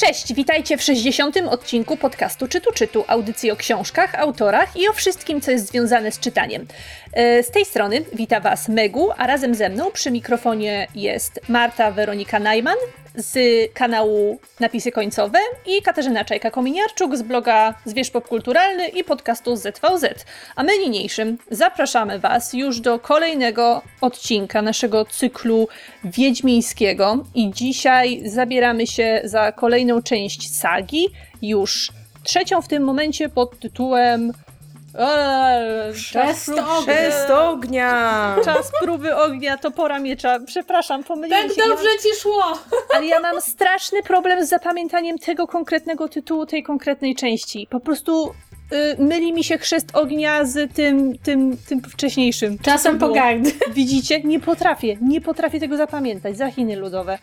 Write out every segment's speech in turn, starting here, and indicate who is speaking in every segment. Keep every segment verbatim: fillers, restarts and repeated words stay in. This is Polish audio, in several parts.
Speaker 1: Cześć, witajcie w sześćdziesiątym odcinku podcastu Czytu Czytu, audycji o książkach, autorach i o wszystkim, co jest związane z czytaniem. Z tej strony wita Was Megu, a razem ze mną przy mikrofonie jest Marta Weronika Najman z kanału Napisy Końcowe i Katarzyna Czajka-Kominiarczuk z bloga Zwierz Popkulturalny i podcastu Z V Z. A my niniejszym zapraszamy Was już do kolejnego odcinka naszego cyklu wiedźmińskiego i dzisiaj zabieramy się za kolejną część sagi, już trzecią w tym momencie pod tytułem Eee,
Speaker 2: Chrzest ognia. Chrzest ognia.
Speaker 1: Czas próby ognia, topora miecza. Przepraszam, pomyliłam
Speaker 2: tak
Speaker 1: się.
Speaker 2: Tak dobrze
Speaker 1: ja...
Speaker 2: ci szło.
Speaker 1: Ale ja mam straszny problem z zapamiętaniem tego konkretnego tytułu, tej konkretnej części. Po prostu y, myli mi się chrzest ognia z tym, tym, tym wcześniejszym.
Speaker 2: Czasem pogardy.
Speaker 1: Widzicie? Nie potrafię. Nie potrafię tego zapamiętać. Zachiny ludowe.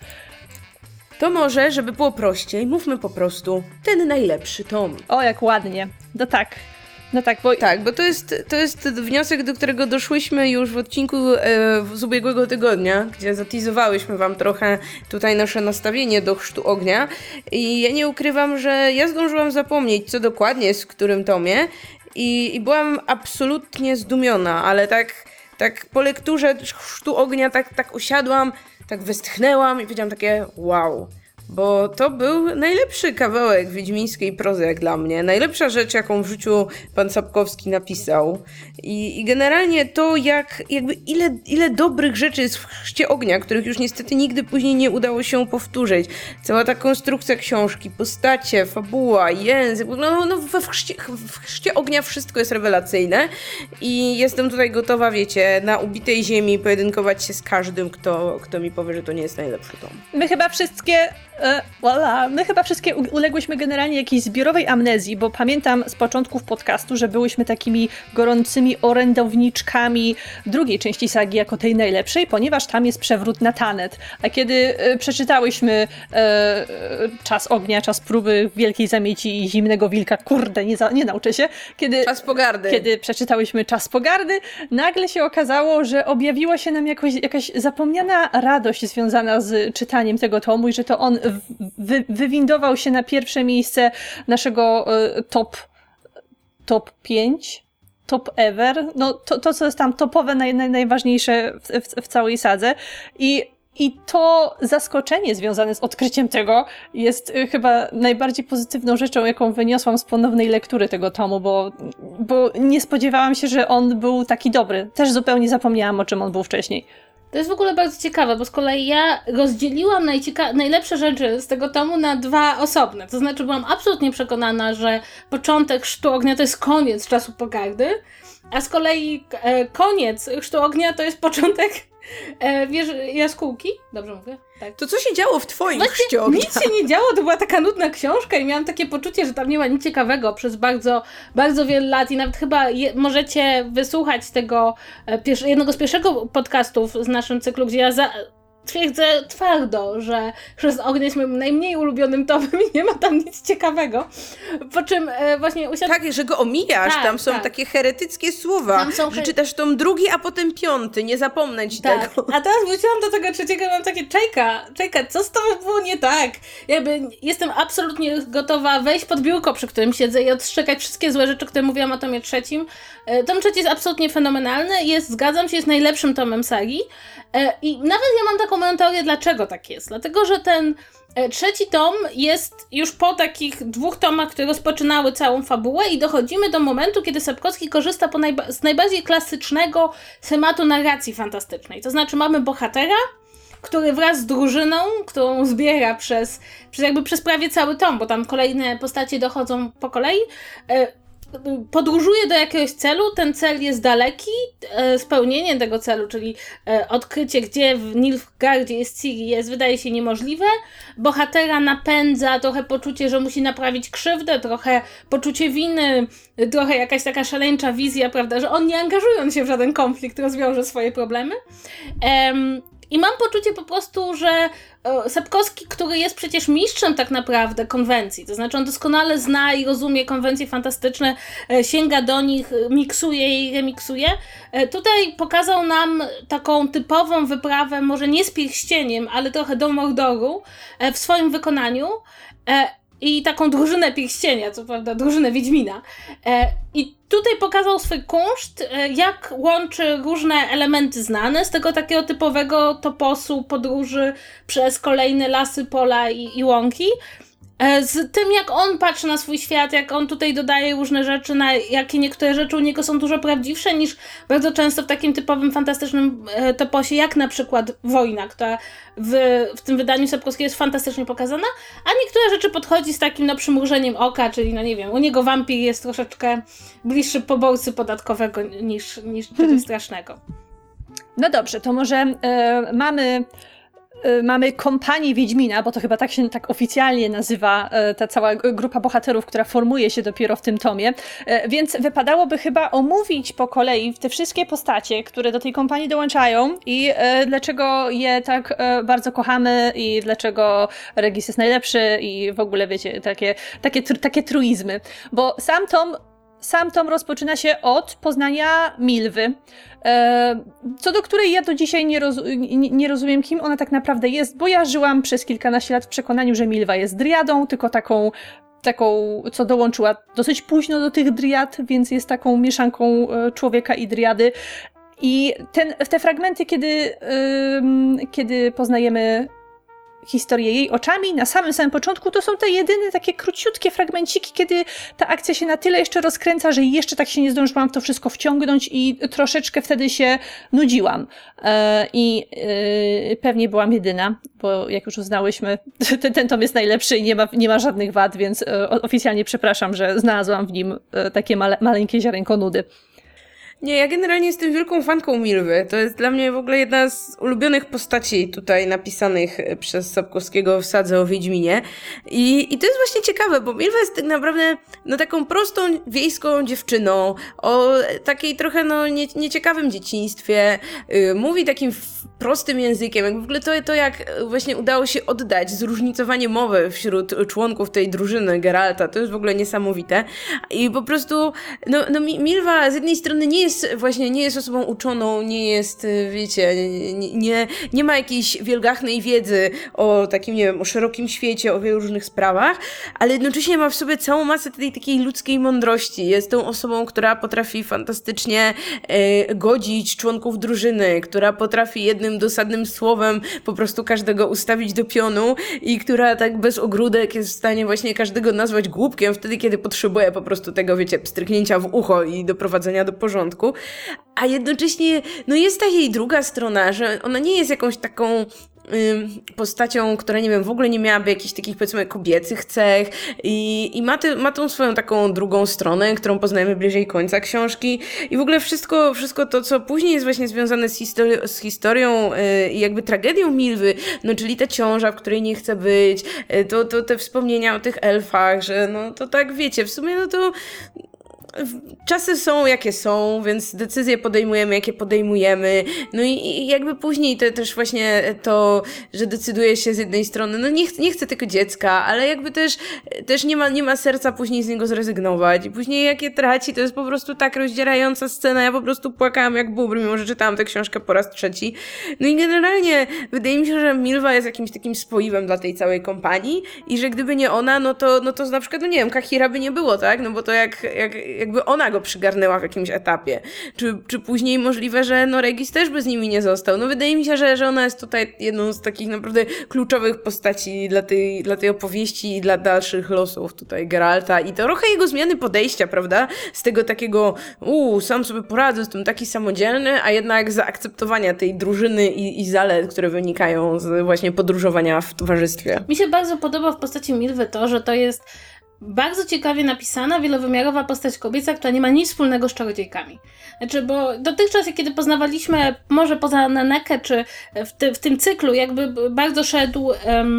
Speaker 2: To może, żeby było prościej, mówmy po prostu ten najlepszy tom.
Speaker 1: O, jak ładnie. No tak. No tak, bo...
Speaker 2: Tak, bo to jest, to jest wniosek, do którego doszłyśmy już w odcinku e, z ubiegłego tygodnia, gdzie zatizowałyśmy wam trochę tutaj nasze nastawienie do chrztu ognia i ja nie ukrywam, że ja zdążyłam zapomnieć, co dokładnie jest w którym tomie i, i byłam absolutnie zdumiona, ale tak, tak po lekturze chrztu ognia tak, tak usiadłam, tak westchnęłam i powiedziałam takie wow. Bo to był najlepszy kawałek wiedźmińskiej prozy jak dla mnie. Najlepsza rzecz, jaką w życiu pan Sapkowski napisał. I, i generalnie to, jak jakby ile, ile dobrych rzeczy jest w Chrzcie Ognia, których już niestety nigdy później nie udało się powtórzyć. Cała ta konstrukcja książki, postacie, fabuła, język. No, no we Chrzcie, w Chrzcie Ognia wszystko jest rewelacyjne. I jestem tutaj gotowa, wiecie, na ubitej ziemi pojedynkować się z każdym, kto, kto mi powie, że to nie jest najlepszy tom.
Speaker 1: My chyba wszystkie... E, voilà. My chyba wszystkie uległyśmy generalnie jakiejś zbiorowej amnezji, bo pamiętam z początków podcastu, że byłyśmy takimi gorącymi orędowniczkami drugiej części sagi jako tej najlepszej, ponieważ tam jest przewrót na Tanet. A kiedy e, przeczytałyśmy e, Czas ognia, czas próby wielkiej zamieci i zimnego wilka, kurde, nie, za, nie nauczę się. Kiedy,
Speaker 2: czas pogardy.
Speaker 1: Kiedy przeczytałyśmy Czas pogardy, nagle się okazało, że objawiła się nam jakoś, jakaś zapomniana radość związana z czytaniem tego tomu i że to on Wy, wywindował się na pierwsze miejsce naszego y, top top pięć, top ever, no to, to co jest tam topowe, naj, naj, najważniejsze w, w, w całej sadze i I to zaskoczenie związane z odkryciem tego jest y, chyba najbardziej pozytywną rzeczą, jaką wyniosłam z ponownej lektury tego tomu, bo, bo nie spodziewałam się, że on był taki dobry. Też zupełnie zapomniałam, o czym on był wcześniej.
Speaker 3: To jest w ogóle bardzo ciekawe, bo z kolei ja rozdzieliłam najcieka- najlepsze rzeczy z tego tomu na dwa osobne. To znaczy byłam absolutnie przekonana, że początek Chrztu Ognia to jest koniec Czasu Pogardy, a z kolei e, koniec Chrztu Ognia to jest początek e, wieży jaskółki. Dobrze mówię? Tak.
Speaker 2: To co się działo w twoim Chrzcie Ognia?
Speaker 3: Nic się nie działo, to była taka nudna książka i miałam takie poczucie, że tam nie ma nic ciekawego przez bardzo, bardzo wiele lat i nawet chyba je, możecie wysłuchać tego e, pier- jednego z pierwszych podcastów z naszym cyklu, gdzie ja za... twierdzę twardo, że Chrzest Ognia jest moim najmniej ulubionym tomem i nie ma tam nic ciekawego. Po czym e, właśnie usiadłam...
Speaker 2: Tak, że go omijasz, tak, tam są
Speaker 3: tak.
Speaker 2: takie heretyckie słowa, że her... czytasz tom drugi, a potem piąty, nie zapomnę ci
Speaker 3: tak.
Speaker 2: tego.
Speaker 3: A teraz wróciłam do tego trzeciego i mam takie, czajka, czajka, co z tobą było nie tak? Jakby jestem absolutnie gotowa wejść pod biurko, przy którym siedzę i odszczekać wszystkie złe rzeczy, które mówiłam o tomie trzecim. E, tom trzeci jest absolutnie fenomenalny, jest, zgadzam się, jest najlepszym tomem sagi. E, I nawet ja mam taką moją teorię, dlaczego tak jest. Dlatego, że ten e, trzeci tom jest już po takich dwóch tomach, które rozpoczynały całą fabułę i dochodzimy do momentu, kiedy Sapkowski korzysta po najba- z najbardziej klasycznego schematu narracji fantastycznej. To znaczy mamy bohatera, który wraz z drużyną, którą zbiera przez, przez jakby przez prawie cały tom, bo tam kolejne postacie dochodzą po kolei, e, podróżuje do jakiegoś celu, ten cel jest daleki, e, spełnienie tego celu, czyli e, odkrycie, gdzie w Nilfgaardzie jest Ciri, jest, wydaje się niemożliwe. Bohatera napędza trochę poczucie, że musi naprawić krzywdę, trochę poczucie winy, trochę jakaś taka szaleńcza wizja, prawda, że on nie angażując się w żaden konflikt rozwiąże swoje problemy. Ehm, I mam poczucie po prostu, że Sapkowski, który jest przecież mistrzem tak naprawdę konwencji, to znaczy on doskonale zna i rozumie konwencje fantastyczne, sięga do nich, miksuje i remiksuje, tutaj pokazał nam taką typową wyprawę, może nie z pierścieniem, ale trochę do Mordoru w swoim wykonaniu. I taką drużynę pierścienia, co prawda drużynę Wiedźmina. I tutaj pokazał swój kunszt, jak łączy różne elementy znane z tego takiego typowego toposu podróży przez kolejne lasy, pola i, i łąki, z tym, jak on patrzy na swój świat, jak on tutaj dodaje różne rzeczy, na jakie niektóre rzeczy u niego są dużo prawdziwsze niż bardzo często w takim typowym, fantastycznym toposie, jak na przykład Wojna, która w, w tym wydaniu Sapkowskiego jest fantastycznie pokazana, a niektóre rzeczy podchodzi z takim no, przymrużeniem oka, czyli no nie wiem, u niego wampir jest troszeczkę bliższy poborcy podatkowego niż, niż czegoś strasznego.
Speaker 1: No dobrze, to może yy, mamy... Mamy kompanię Wiedźmina, bo to chyba tak się tak oficjalnie nazywa ta cała grupa bohaterów, która formuje się dopiero w tym tomie, więc wypadałoby chyba omówić po kolei te wszystkie postacie, które do tej kompanii dołączają i dlaczego je tak bardzo kochamy i dlaczego Regis jest najlepszy i w ogóle wiecie, takie, takie, takie truizmy, bo sam tom Sam tom rozpoczyna się od poznania Milwy, co do której ja do dzisiaj nie, roz- nie, nie rozumiem, kim ona tak naprawdę jest, bo ja żyłam przez kilkanaście lat w przekonaniu, że Milwa jest driadą, tylko taką, taką, co dołączyła dosyć późno do tych driad, więc jest taką mieszanką człowieka i driady. I ten, te fragmenty, kiedy, yy, kiedy poznajemy historię jej oczami na samym samym początku, to są te jedyne takie króciutkie fragmenciki, kiedy ta akcja się na tyle jeszcze rozkręca, że jeszcze tak się nie zdążyłam w to wszystko wciągnąć i troszeczkę wtedy się nudziłam. I pewnie byłam jedyna, bo jak już uznałyśmy, ten, ten tom jest najlepszy i nie ma, nie ma żadnych wad, więc oficjalnie przepraszam, że znalazłam w nim takie male, maleńkie ziarenko nudy.
Speaker 2: Nie, ja generalnie jestem wielką fanką Milwy. To jest dla mnie w ogóle jedna z ulubionych postaci tutaj napisanych przez Sapkowskiego w sadze o Wiedźminie. I, i to jest właśnie ciekawe, bo Milwa jest tak naprawdę no, taką prostą wiejską dziewczyną o takiej trochę no, nie, nieciekawym dzieciństwie. Yy, mówi takim prostym językiem. Jak w ogóle to, to jak właśnie udało się oddać zróżnicowanie mowy wśród członków tej drużyny Geralta, to jest w ogóle niesamowite. I po prostu no, no Milwa z jednej strony nie jest właśnie nie jest osobą uczoną, nie jest, wiecie, nie, nie, nie ma jakiejś wielgachnej wiedzy o takim, nie wiem, o szerokim świecie, o wielu różnych sprawach, ale jednocześnie ma w sobie całą masę tej takiej ludzkiej mądrości. Jest tą osobą, która potrafi fantastycznie e, godzić członków drużyny, która potrafi jednym dosadnym słowem po prostu każdego ustawić do pionu i która tak bez ogródek jest w stanie właśnie każdego nazwać głupkiem wtedy, kiedy potrzebuje po prostu tego, wiecie, pstryknięcia w ucho i doprowadzenia do porządku. A jednocześnie no jest ta jej druga strona, że ona nie jest jakąś taką postacią, która, nie wiem, w ogóle nie miałaby jakichś takich, powiedzmy, kobiecych cech i, i ma, ty, ma tą swoją taką drugą stronę, którą poznajemy bliżej końca książki i w ogóle wszystko, wszystko to, co później jest właśnie związane z, histori- z historią i yy, jakby tragedią Milwy, no czyli ta ciąża, w której nie chce być, yy, to, to te wspomnienia o tych elfach, że no to tak, wiecie, w sumie no to czasy są jakie są, więc decyzje podejmujemy jakie podejmujemy, no i, i jakby później te, też właśnie to, że decyduje się z jednej strony, no nie, ch- nie chce tego dziecka, ale jakby też, też nie ma, nie ma serca później z niego zrezygnować i później jak je traci, to jest po prostu tak rozdzierająca scena, ja po prostu płakałam jak bóbr, mimo że czytałam tę książkę po raz trzeci. No i generalnie wydaje mi się, że Milwa jest jakimś takim spoiwem dla tej całej kompanii i że gdyby nie ona, no to, no to na przykład, no nie wiem, Kahira by nie było, tak? No bo to jak, jak jakby ona go przygarnęła w jakimś etapie. Czy, czy później możliwe, że no Regis też by z nimi nie został. No wydaje mi się, że, że ona jest tutaj jedną z takich naprawdę kluczowych postaci dla tej, dla tej opowieści i dla dalszych losów tutaj Geralta i to trochę jego zmiany podejścia, prawda? Z tego takiego uuu, sam sobie poradzę, jestem taki samodzielny, a jednak zaakceptowania tej drużyny i, i zalet, które wynikają z właśnie podróżowania w towarzystwie.
Speaker 3: Mi się bardzo podoba w postaci Milwy to, że to jest bardzo ciekawie napisana, wielowymiarowa postać kobieca, która nie ma nic wspólnego z czarodziejkami. Znaczy, bo dotychczas, kiedy poznawaliśmy, może poza Nenekę, czy w, ty, w tym cyklu, jakby bardzo szedł um,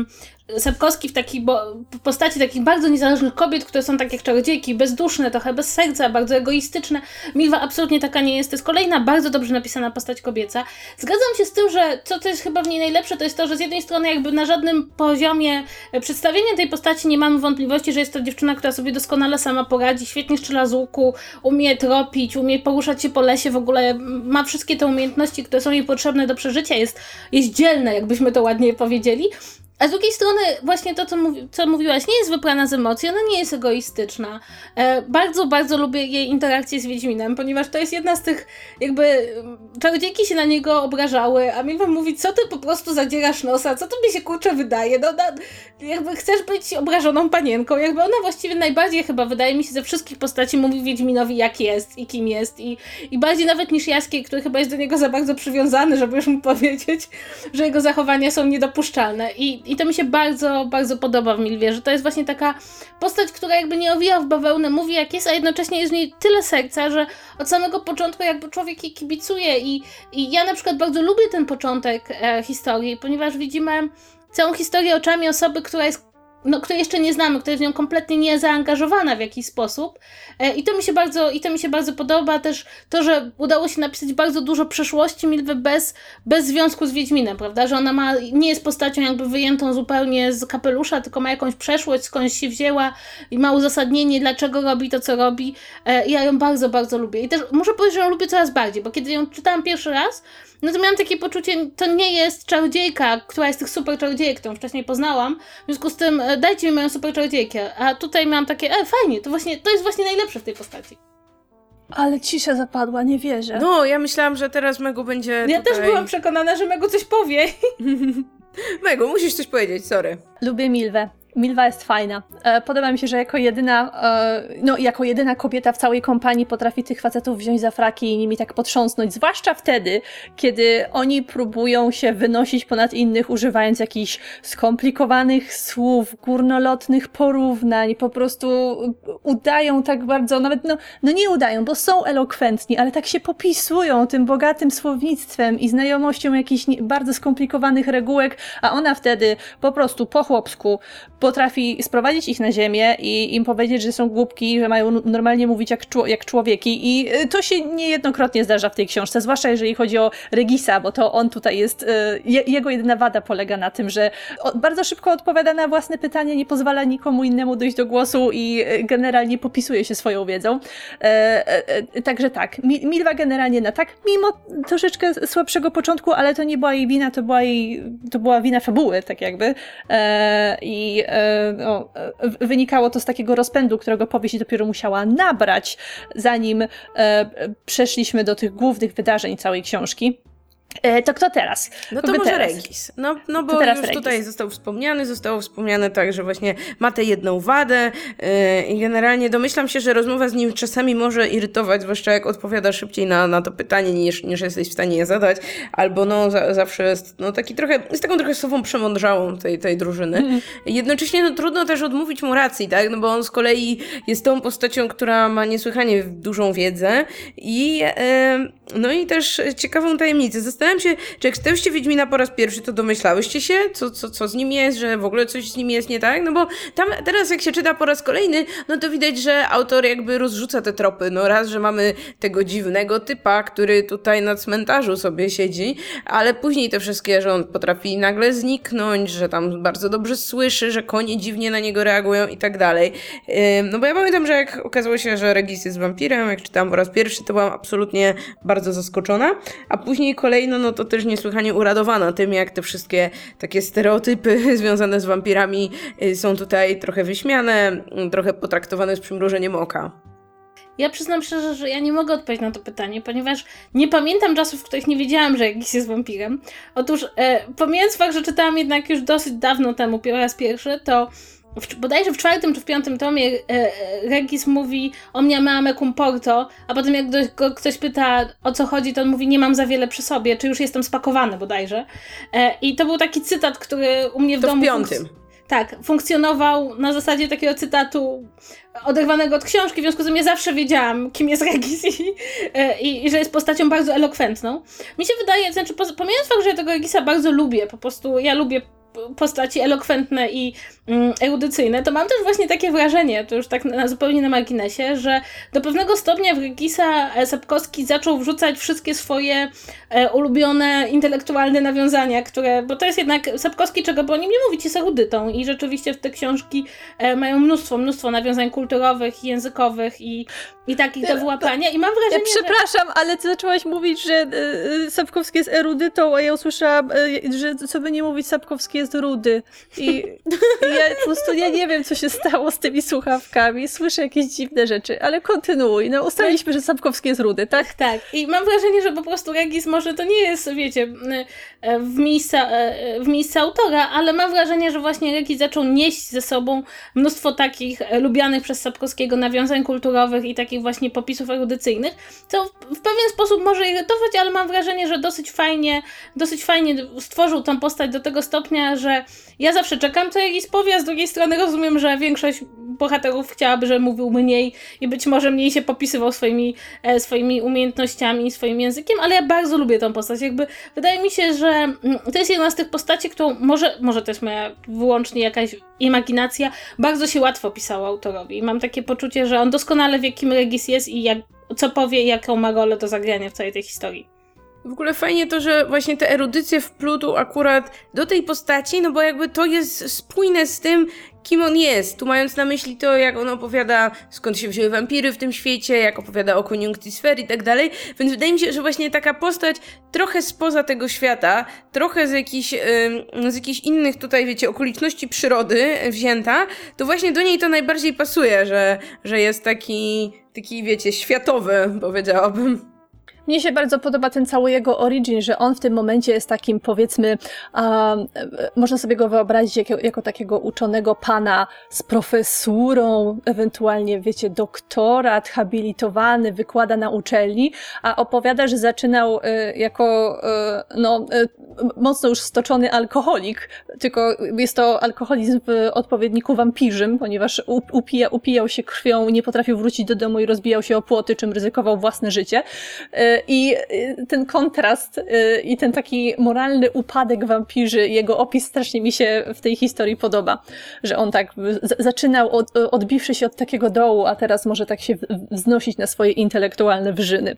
Speaker 3: Sapkowski w takiej bo, w postaci takich bardzo niezależnych kobiet, które są tak jak czarodziejki, bezduszne, trochę bez serca, bardzo egoistyczne. Milwa absolutnie taka nie jest. To jest kolejna bardzo dobrze napisana postać kobieca. Zgadzam się z tym, że co to jest chyba w niej najlepsze, to jest to, że z jednej strony jakby na żadnym poziomie przedstawienia tej postaci nie mamy wątpliwości, że jest to dziewczyna, która sobie doskonale sama poradzi, świetnie strzela z łuku, umie tropić, umie poruszać się po lesie, w ogóle ma wszystkie te umiejętności, które są jej potrzebne do przeżycia, jest, jest dzielna, jakbyśmy to ładnie powiedzieli. A z drugiej strony właśnie to, co, mówi, co mówiłaś, nie jest wyprana z emocji, ona nie jest egoistyczna. E, bardzo, bardzo lubię jej interakcję z Wiedźminem, ponieważ to jest jedna z tych, jakby czarodziejki się na niego obrażały, a Milwa mówi, co ty po prostu zadzierasz nosa, co tobie się kurczę wydaje, no, no jakby chcesz być obrażoną panienką, jakby ona właściwie najbardziej chyba, wydaje mi się, ze wszystkich postaci mówi Wiedźminowi, jak jest i kim jest i, i bardziej nawet niż Jaskier, który chyba jest do niego za bardzo przywiązany, żeby już mu powiedzieć, że jego zachowania są niedopuszczalne i I to mi się bardzo, bardzo podoba w Milwie, że to jest właśnie taka postać, która jakby nie owija w bawełnę, mówi jak jest, a jednocześnie jest w niej tyle serca, że od samego początku jakby człowiek jej kibicuje i, i ja na przykład bardzo lubię ten początek e, historii, ponieważ widzimy całą historię oczami osoby, która jest no, której jeszcze nie znamy, która jest w nią kompletnie nie zaangażowana w jakiś sposób. E, I to mi się bardzo, i to mi się bardzo podoba też to, że udało się napisać bardzo dużo przeszłości Milwy bez, bez związku z Wiedźminem, prawda? Że ona ma, nie jest postacią jakby wyjętą zupełnie z kapelusza, tylko ma jakąś przeszłość, skądś się wzięła i ma uzasadnienie, dlaczego robi to, co robi. E, ja ją bardzo, bardzo lubię. I też muszę powiedzieć, że ją lubię coraz bardziej, bo kiedy ją czytałam pierwszy raz, no to miałam takie poczucie, to nie jest czarodziejka, która jest tych super czarodziejek, którą wcześniej poznałam, w związku z tym dajcie mi moją super czarodziejkę, a tutaj miałam takie, e, fajnie, to właśnie, to jest właśnie najlepsze w tej postaci.
Speaker 1: Ale cisza zapadła, nie wierzę.
Speaker 2: No, ja myślałam, że teraz Megu będzie
Speaker 3: Ja
Speaker 2: tutaj...
Speaker 3: też byłam przekonana, że Megu coś powie.
Speaker 2: Megu, musisz coś powiedzieć, sorry.
Speaker 1: Lubię Milwę. Milwa jest fajna. E, podoba mi się, że jako jedyna, e, no jako jedyna kobieta w całej kompanii potrafi tych facetów wziąć za fraki i nimi tak potrząsnąć, zwłaszcza wtedy, kiedy oni próbują się wynosić ponad innych, używając jakichś skomplikowanych słów, górnolotnych porównań, po prostu udają tak bardzo, nawet no, no nie udają, bo są elokwentni, ale tak się popisują tym bogatym słownictwem i znajomością jakichś nie, bardzo skomplikowanych regułek, a ona wtedy po prostu po chłopsku potrafi sprowadzić ich na ziemię i im powiedzieć, że są głupki, że mają normalnie mówić jak, czło- jak człowieki i to się niejednokrotnie zdarza w tej książce, zwłaszcza jeżeli chodzi o Regisa, bo to on tutaj jest, je- jego jedyna wada polega na tym, że bardzo szybko odpowiada na własne pytania, nie pozwala nikomu innemu dojść do głosu i generalnie popisuje się swoją wiedzą. E, e, także tak, Milwa generalnie na tak, mimo troszeczkę słabszego początku, ale to nie była jej wina, to była jej, to była wina fabuły, tak jakby. E, I no, wynikało to z takiego rozpędu, którego powieść dopiero musiała nabrać, zanim e, przeszliśmy do tych głównych wydarzeń całej książki. E, to kto teraz?
Speaker 2: No to
Speaker 1: Kogo
Speaker 2: może
Speaker 1: teraz?
Speaker 2: Regis. No, no bo już
Speaker 1: Regis.
Speaker 2: tutaj został wspomniany, zostało wspomniane tak, że właśnie ma tę jedną wadę yy, i generalnie domyślam się, że rozmowa z nim czasami może irytować, zwłaszcza jak odpowiada szybciej na, na to pytanie niż, niż jesteś w stanie je zadać, albo no za, zawsze jest no, taki trochę, jest taką trochę słową przemądrzałą tej, tej drużyny. Mm. Jednocześnie no, trudno też odmówić mu racji, tak? No bo on z kolei jest tą postacią, która ma niesłychanie dużą wiedzę i yy, no i też ciekawą tajemnicę. Zastanawiam się, czy jak czytałyście Wiedźmina po raz pierwszy, to domyślałyście się, co, co, co z nim jest, że w ogóle coś z nim jest nie tak? No bo tam teraz jak się czyta po raz kolejny, no to widać, że autor jakby rozrzuca te tropy. No raz, że mamy tego dziwnego typa, który tutaj na cmentarzu sobie siedzi, ale później te wszystkie, że on potrafi nagle zniknąć, że tam bardzo dobrze słyszy, że konie dziwnie na niego reagują i tak dalej. No bo ja pamiętam, że jak okazało się, że Regis jest wampirem, jak czytałam po raz pierwszy, to byłam absolutnie bardzo zaskoczona, a później kolejno, no to też niesłychanie uradowana tym, jak te wszystkie takie stereotypy związane z wampirami są tutaj trochę wyśmiane, trochę potraktowane z przymrużeniem oka.
Speaker 3: Ja przyznam szczerze, że ja nie mogę odpowiedzieć na to pytanie, ponieważ nie pamiętam czasów, w których nie wiedziałam, że Regis jest wampirem. Otóż, e, pomijając fakt, że czytałam jednak już dosyć dawno temu po raz pierwszy, to W, bodajże w czwartym czy w piątym tomie e, Regis mówi omnia mea cum porto, a potem jak go ktoś pyta o co chodzi, to on mówi nie mam za wiele przy sobie, czy już jestem spakowany bodajże. E, I to był taki cytat, który u mnie w
Speaker 2: to
Speaker 3: domu...
Speaker 2: w piątym. Funkc-
Speaker 3: tak, funkcjonował na zasadzie takiego cytatu oderwanego od książki, w związku z tym ja zawsze wiedziałam, kim jest Regis i, i, i że jest postacią bardzo elokwentną. Mi się wydaje, znaczy pomijając fakt, że ja tego Regisa bardzo lubię, po prostu ja lubię postaci elokwentne i mm, erudycyjne, to mam też właśnie takie wrażenie, to już tak na, zupełnie na marginesie, że do pewnego stopnia w Regisa Sapkowski zaczął wrzucać wszystkie swoje e, ulubione intelektualne nawiązania, które, bo to jest jednak Sapkowski, czego by o nim nie mówić, jest erudytą i rzeczywiście te książki e, mają mnóstwo, mnóstwo nawiązań kulturowych, językowych i, i takich do wyłapania i mam wrażenie,
Speaker 1: ja przepraszam,
Speaker 3: że...
Speaker 1: ale ty zaczęłaś mówić, że y, Sapkowski jest erudytą, a ja usłyszałam, y, że co by nie mówić, Sapkowski jest rudy. I, i ja po prostu ja nie wiem, co się stało z tymi słuchawkami. Słyszę jakieś dziwne rzeczy, ale kontynuuj. No ustaliliśmy, że Sapkowski jest rudy, tak?
Speaker 3: Tak, tak. I mam wrażenie, że po prostu Regis może to nie jest, wiecie, w miejsca, w miejsca autora, ale mam wrażenie, że właśnie Regis zaczął nieść ze sobą mnóstwo takich lubianych przez Sapkowskiego nawiązań kulturowych i takich właśnie popisów erudycyjnych, co w pewien sposób może irytować, ale mam wrażenie, że dosyć fajnie, dosyć fajnie stworzył tą postać do tego stopnia, że ja zawsze czekam, co Regis powie, a z drugiej strony rozumiem, że większość bohaterów chciałaby, żeby mówił mniej i być może mniej się popisywał swoimi, e, swoimi umiejętnościami, swoim językiem, ale ja bardzo lubię tą postać. Jakby wydaje mi się, że to jest jedna z tych postaci, którą może, może to jest moja wyłącznie jakaś imaginacja, bardzo się łatwo pisało autorowi. I mam takie poczucie, że on doskonale wie, kim Regis jest i jak, co powie i jaką ma rolę do zagrania w całej tej historii.
Speaker 2: W ogóle fajnie to, że właśnie te erudycje wplótł akurat do tej postaci, no bo jakby to jest spójne z tym, kim on jest. Tu mając na myśli to, jak on opowiada, skąd się wzięły wampiry w tym świecie, jak opowiada o koniunkcji sfer i tak dalej. Więc wydaje mi się, że właśnie taka postać trochę spoza tego świata, trochę z jakichś, yy, z jakichś innych tutaj, wiecie, okoliczności przyrody wzięta, to właśnie do niej to najbardziej pasuje, że, że jest taki, taki, wiecie, światowy, powiedziałabym.
Speaker 1: Mnie się bardzo podoba ten cały jego origin, że on w tym momencie jest takim, powiedzmy, um, można sobie go wyobrazić jako, jako takiego uczonego pana z profesurą, ewentualnie, wiecie, doktorat, habilitowany, wykłada na uczelni, a opowiada, że zaczynał y, jako y, no, y, mocno już stoczony alkoholik, tylko jest to alkoholizm w odpowiedniku wampirzym, ponieważ upija, upijał się krwią, nie potrafił wrócić do domu i rozbijał się o płoty, czym ryzykował własne życie. Y, I ten kontrast i ten taki moralny upadek wampirzy, jego opis strasznie mi się w tej historii podoba, że on tak z- zaczynał od, odbiwszy się od takiego dołu, a teraz może tak się wznosić na swoje intelektualne wyżyny.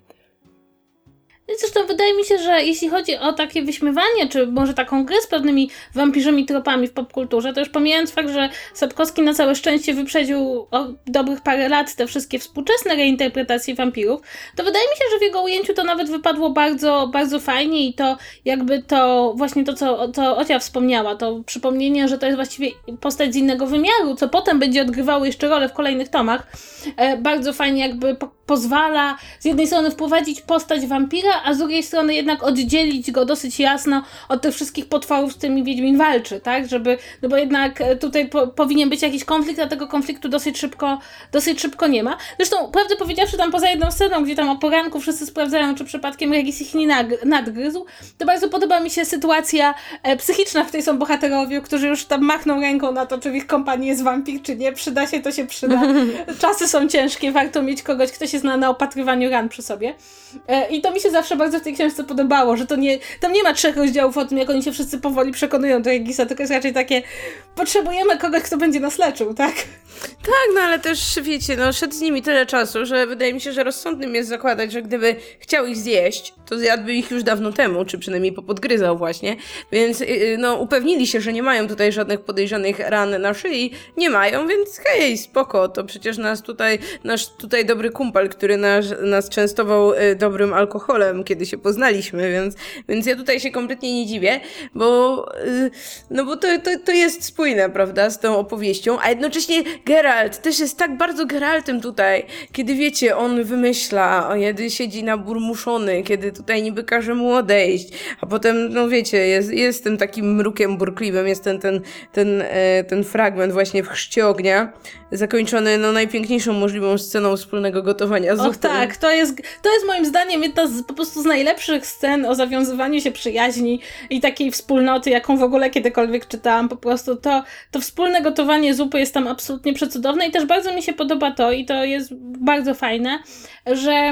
Speaker 3: Zresztą wydaje mi się, że jeśli chodzi o takie wyśmiewanie, czy może taką grę z pewnymi wampirzymi tropami w popkulturze, to już pomijając fakt, że Sapkowski na całe szczęście wyprzedził o dobrych parę lat te wszystkie współczesne reinterpretacje wampirów, to wydaje mi się, że w jego ujęciu to nawet wypadło bardzo, bardzo fajnie i to jakby to właśnie to, co to Ocia wspomniała, to przypomnienie, że to jest właściwie postać z innego wymiaru, co potem będzie odgrywało jeszcze rolę w kolejnych tomach, e, bardzo fajnie jakby po- pozwala z jednej strony wprowadzić postać wampira, a z drugiej strony jednak oddzielić go dosyć jasno od tych wszystkich potworów, z którymi Wiedźmin walczy, tak? Żeby, no bo jednak tutaj po, powinien być jakiś konflikt, a tego konfliktu dosyć szybko, dosyć szybko nie ma. Zresztą, prawdę powiedziawszy, tam poza jedną sceną, gdzie tam o poranku wszyscy sprawdzają, czy przypadkiem Regis ich nie nag- nadgryzł, to bardzo podoba mi się sytuacja e, psychiczna, w której są bohaterowie, którzy już tam machną ręką na to, czy w ich kompanii jest wampir, czy nie. Przyda się, to się przyda. Czasy są ciężkie, warto mieć kogoś, kto się zna na opatrywaniu ran przy sobie. E, I to mi się zawsze bardzo w tej książce podobało, że to nie, tam nie ma trzech rozdziałów o tym, jak oni się wszyscy powoli przekonują do Regisa, tylko jest raczej takie, potrzebujemy kogoś, kto będzie nas leczył, tak?
Speaker 2: Tak, no ale też, wiecie, no szedł z nimi tyle czasu, że wydaje mi się, że rozsądnym jest zakładać, że gdyby chciał ich zjeść, to zjadłby ich już dawno temu, czy przynajmniej popodgryzał właśnie, więc no upewnili się, że nie mają tutaj żadnych podejrzanych ran na szyi, nie mają, więc hej, spoko, to przecież nas tutaj, nasz tutaj dobry kumpel, który nas, nas częstował y, dobrym alkoholem, kiedy się poznaliśmy, więc, więc ja tutaj się kompletnie nie dziwię, bo y, no bo to, to, to jest spójne, prawda, z tą opowieścią, a jednocześnie Geralt też jest tak bardzo Geraltem tutaj, kiedy wiecie, on wymyśla, kiedy siedzi naburmuszony, kiedy tutaj niby każe mu odejść, a potem, no wiecie, jest, jest tym takim mrukiem burkliwym, jest ten, ten, ten, e, ten fragment właśnie w Chrzcie Ognia, zakończony no najpiękniejszą możliwą sceną wspólnego gotowania zupy.
Speaker 3: Och tak, to jest, to jest moim zdaniem jedna z, po prostu z najlepszych scen o zawiązywaniu się przyjaźni i takiej wspólnoty, jaką w ogóle kiedykolwiek czytałam. Po prostu to, to wspólne gotowanie zupy jest tam absolutnie przecudowne i też bardzo mi się podoba to i to jest bardzo fajne, że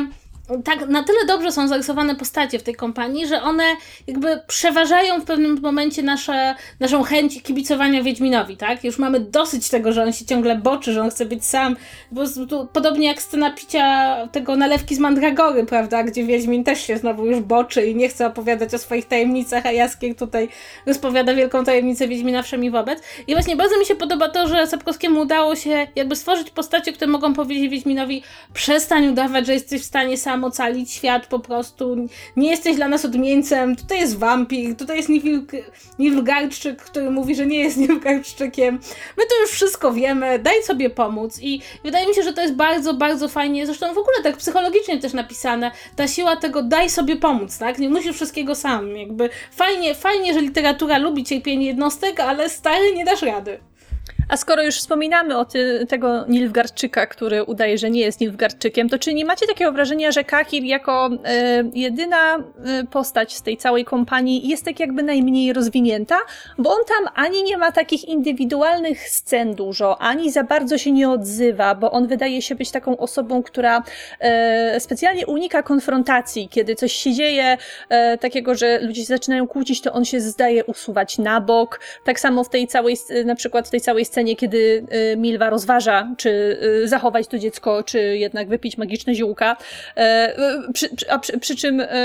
Speaker 3: tak na tyle dobrze są zarysowane postacie w tej kompanii, że one jakby przeważają w pewnym momencie nasze, naszą chęć kibicowania Wiedźminowi, tak? Już mamy dosyć tego, że on się ciągle boczy, że on chce być sam. Po prostu, podobnie jak scena picia tego nalewki z Mandragory, prawda? Gdzie Wiedźmin też się znowu już boczy i nie chce opowiadać o swoich tajemnicach, a Jaskier tutaj rozpowiada wielką tajemnicę Wiedźmina wszemi wobec. I właśnie bardzo mi się podoba to, że Sapkowskiemu udało się jakby stworzyć postacie, które mogą powiedzieć Wiedźminowi: przestań udawać, że jesteś w stanie sam ocalić świat po prostu, nie jesteś dla nas odmieńcem, tutaj jest wampir, tutaj jest Nilfgaard, Nilfgaardczyk, który mówi, że nie jest Nilfgaardczykiem, my to już wszystko wiemy, daj sobie pomóc. I wydaje mi się, że to jest bardzo, bardzo fajnie, zresztą w ogóle tak psychologicznie też napisane, ta siła tego daj sobie pomóc, tak, nie musisz wszystkiego sam, jakby fajnie, fajnie, że literatura lubi cierpienie jednostek, ale stary, nie dasz rady.
Speaker 1: A skoro już wspominamy o ty, tego Nilfgaardczyka, który udaje, że nie jest Nilfgaardczykiem, to czy nie macie takiego wrażenia, że Cahir jako e, jedyna e, postać z tej całej kompanii jest tak jakby najmniej rozwinięta? Bo on tam ani nie ma takich indywidualnych scen dużo, ani za bardzo się nie odzywa, bo on wydaje się być taką osobą, która e, specjalnie unika konfrontacji. Kiedy coś się dzieje e, takiego, że ludzie się zaczynają kłócić, to on się zdaje usuwać na bok. Tak samo w tej całej, na przykład w tej całej scenie, kiedy y, Milwa rozważa, czy y, zachować to dziecko, czy jednak wypić magiczne ziółka. Y, y, przy, przy, a przy, przy czym y,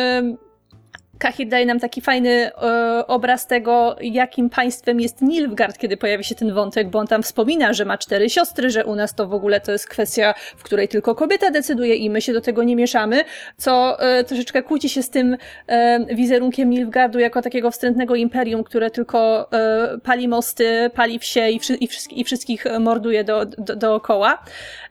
Speaker 1: Cahir daje nam taki fajny e, obraz tego, jakim państwem jest Nilfgaard, kiedy pojawi się ten wątek, bo on tam wspomina, że ma cztery siostry, że u nas to w ogóle to jest kwestia, w której tylko kobieta decyduje i my się do tego nie mieszamy, co e, troszeczkę kłóci się z tym e, wizerunkiem Nilfgaardu jako takiego wstrętnego imperium, które tylko e, pali mosty, pali wsie i, wszy, i, wszy, i wszystkich morduje do, do, dookoła.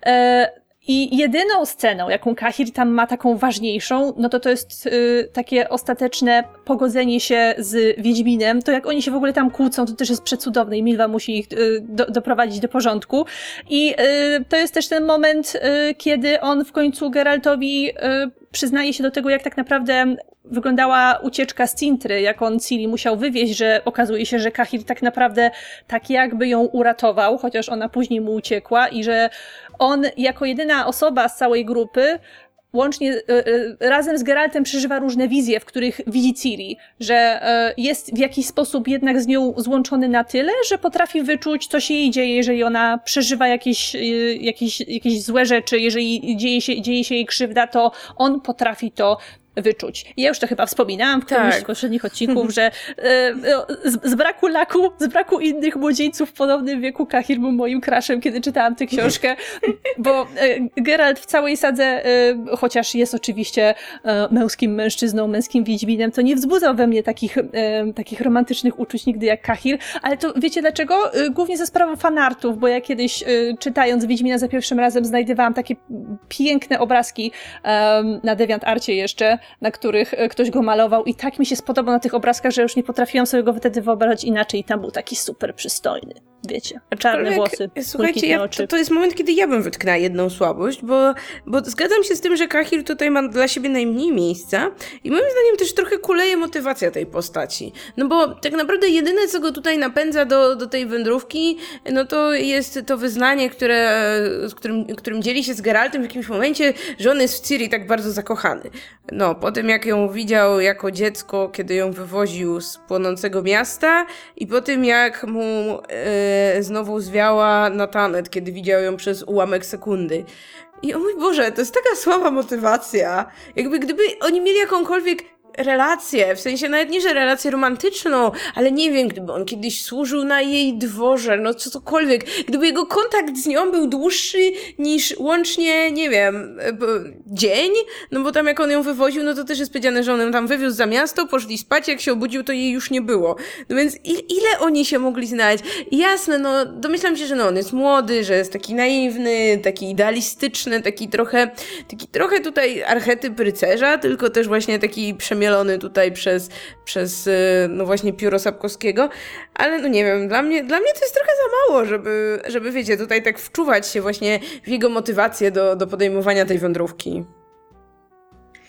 Speaker 1: E, I jedyną sceną, jaką Cahir tam ma taką ważniejszą, no to to jest y, takie ostateczne pogodzenie się z Wiedźminem. To jak oni się w ogóle tam kłócą, to też jest przecudowne i Milwa musi ich y, do, doprowadzić do porządku. I y, to jest też ten moment, y, kiedy on w końcu Geraltowi y, przyznaje się do tego, jak tak naprawdę wyglądała ucieczka z Cintry, jak on Ciri musiał wywieźć, że okazuje się, że Cahir tak naprawdę tak jakby ją uratował, chociaż ona później mu uciekła i że on jako jedyna osoba z całej grupy łącznie y, y, razem z Geraltem przeżywa różne wizje, w których widzi Ciri, że y, jest w jakiś sposób jednak z nią złączony na tyle, że potrafi wyczuć, co się jej dzieje, jeżeli ona przeżywa jakieś, y, jakieś, jakieś złe rzeczy, jeżeli dzieje się, dzieje się jej krzywda, to on potrafi to wyczuć. I ja już to chyba wspominałam w którymś z poprzednich odcinków, że e, z, z braku laku, z braku innych młodzieńców w podobnym wieku Cahir był moim crushem, kiedy czytałam tę książkę, bo e, Geralt w całej sadze, e, chociaż jest oczywiście e, męskim mężczyzną, męskim wiedźminem, to nie wzbudzał we mnie takich, e, takich romantycznych uczuć nigdy jak Cahir, ale to wiecie dlaczego? E, głównie ze sprawą fanartów, bo ja kiedyś e, czytając Wiedźmina za pierwszym razem znajdowałam takie piękne obrazki e, na DeviantArcie jeszcze, na których ktoś go malował i tak mi się spodobał na tych obrazkach, że już nie potrafiłam sobie go wtedy wyobrażać inaczej i tam był taki super przystojny, wiecie, czarne włosy,
Speaker 2: słuchajcie, ja,
Speaker 1: oczy.
Speaker 2: To, to jest moment, kiedy ja bym wytknęła jedną słabość, bo, bo zgadzam się z tym, że Cahir tutaj ma dla siebie najmniej miejsca i moim zdaniem też trochę kuleje motywacja tej postaci, no bo tak naprawdę jedyne, co go tutaj napędza do, do tej wędrówki, no to jest to wyznanie, które, z którym, którym dzieli się z Geraltem w jakimś momencie, że on jest w Ciri tak bardzo zakochany. No, po tym jak ją widział jako dziecko, kiedy ją wywoził z płonącego miasta i po tym jak mu e, znowu zwiała na tanet, kiedy widział ją przez ułamek sekundy. I o mój Boże, to jest taka słaba motywacja. Jakby gdyby oni mieli jakąkolwiek relację, w sensie nawet nie, że relację romantyczną, ale nie wiem, gdyby on kiedyś służył na jej dworze, no co cokolwiek, gdyby jego kontakt z nią był dłuższy niż łącznie, nie wiem, dzień, no bo tam jak on ją wywoził, no to też jest powiedziane, że on ją tam wywiózł za miasto, poszli spać, jak się obudził, to jej już nie było. No więc il, ile oni się mogli znać? I jasne, no domyślam się, że no on jest młody, że jest taki naiwny, taki idealistyczny, taki trochę, taki trochę tutaj archetyp rycerza, tylko też właśnie taki przemielony tutaj przez, przez no właśnie pióro Sapkowskiego, ale no nie wiem, dla mnie, dla mnie to jest trochę za mało, żeby, żeby wiecie, tutaj tak wczuwać się właśnie w jego motywację do, do podejmowania tej wędrówki.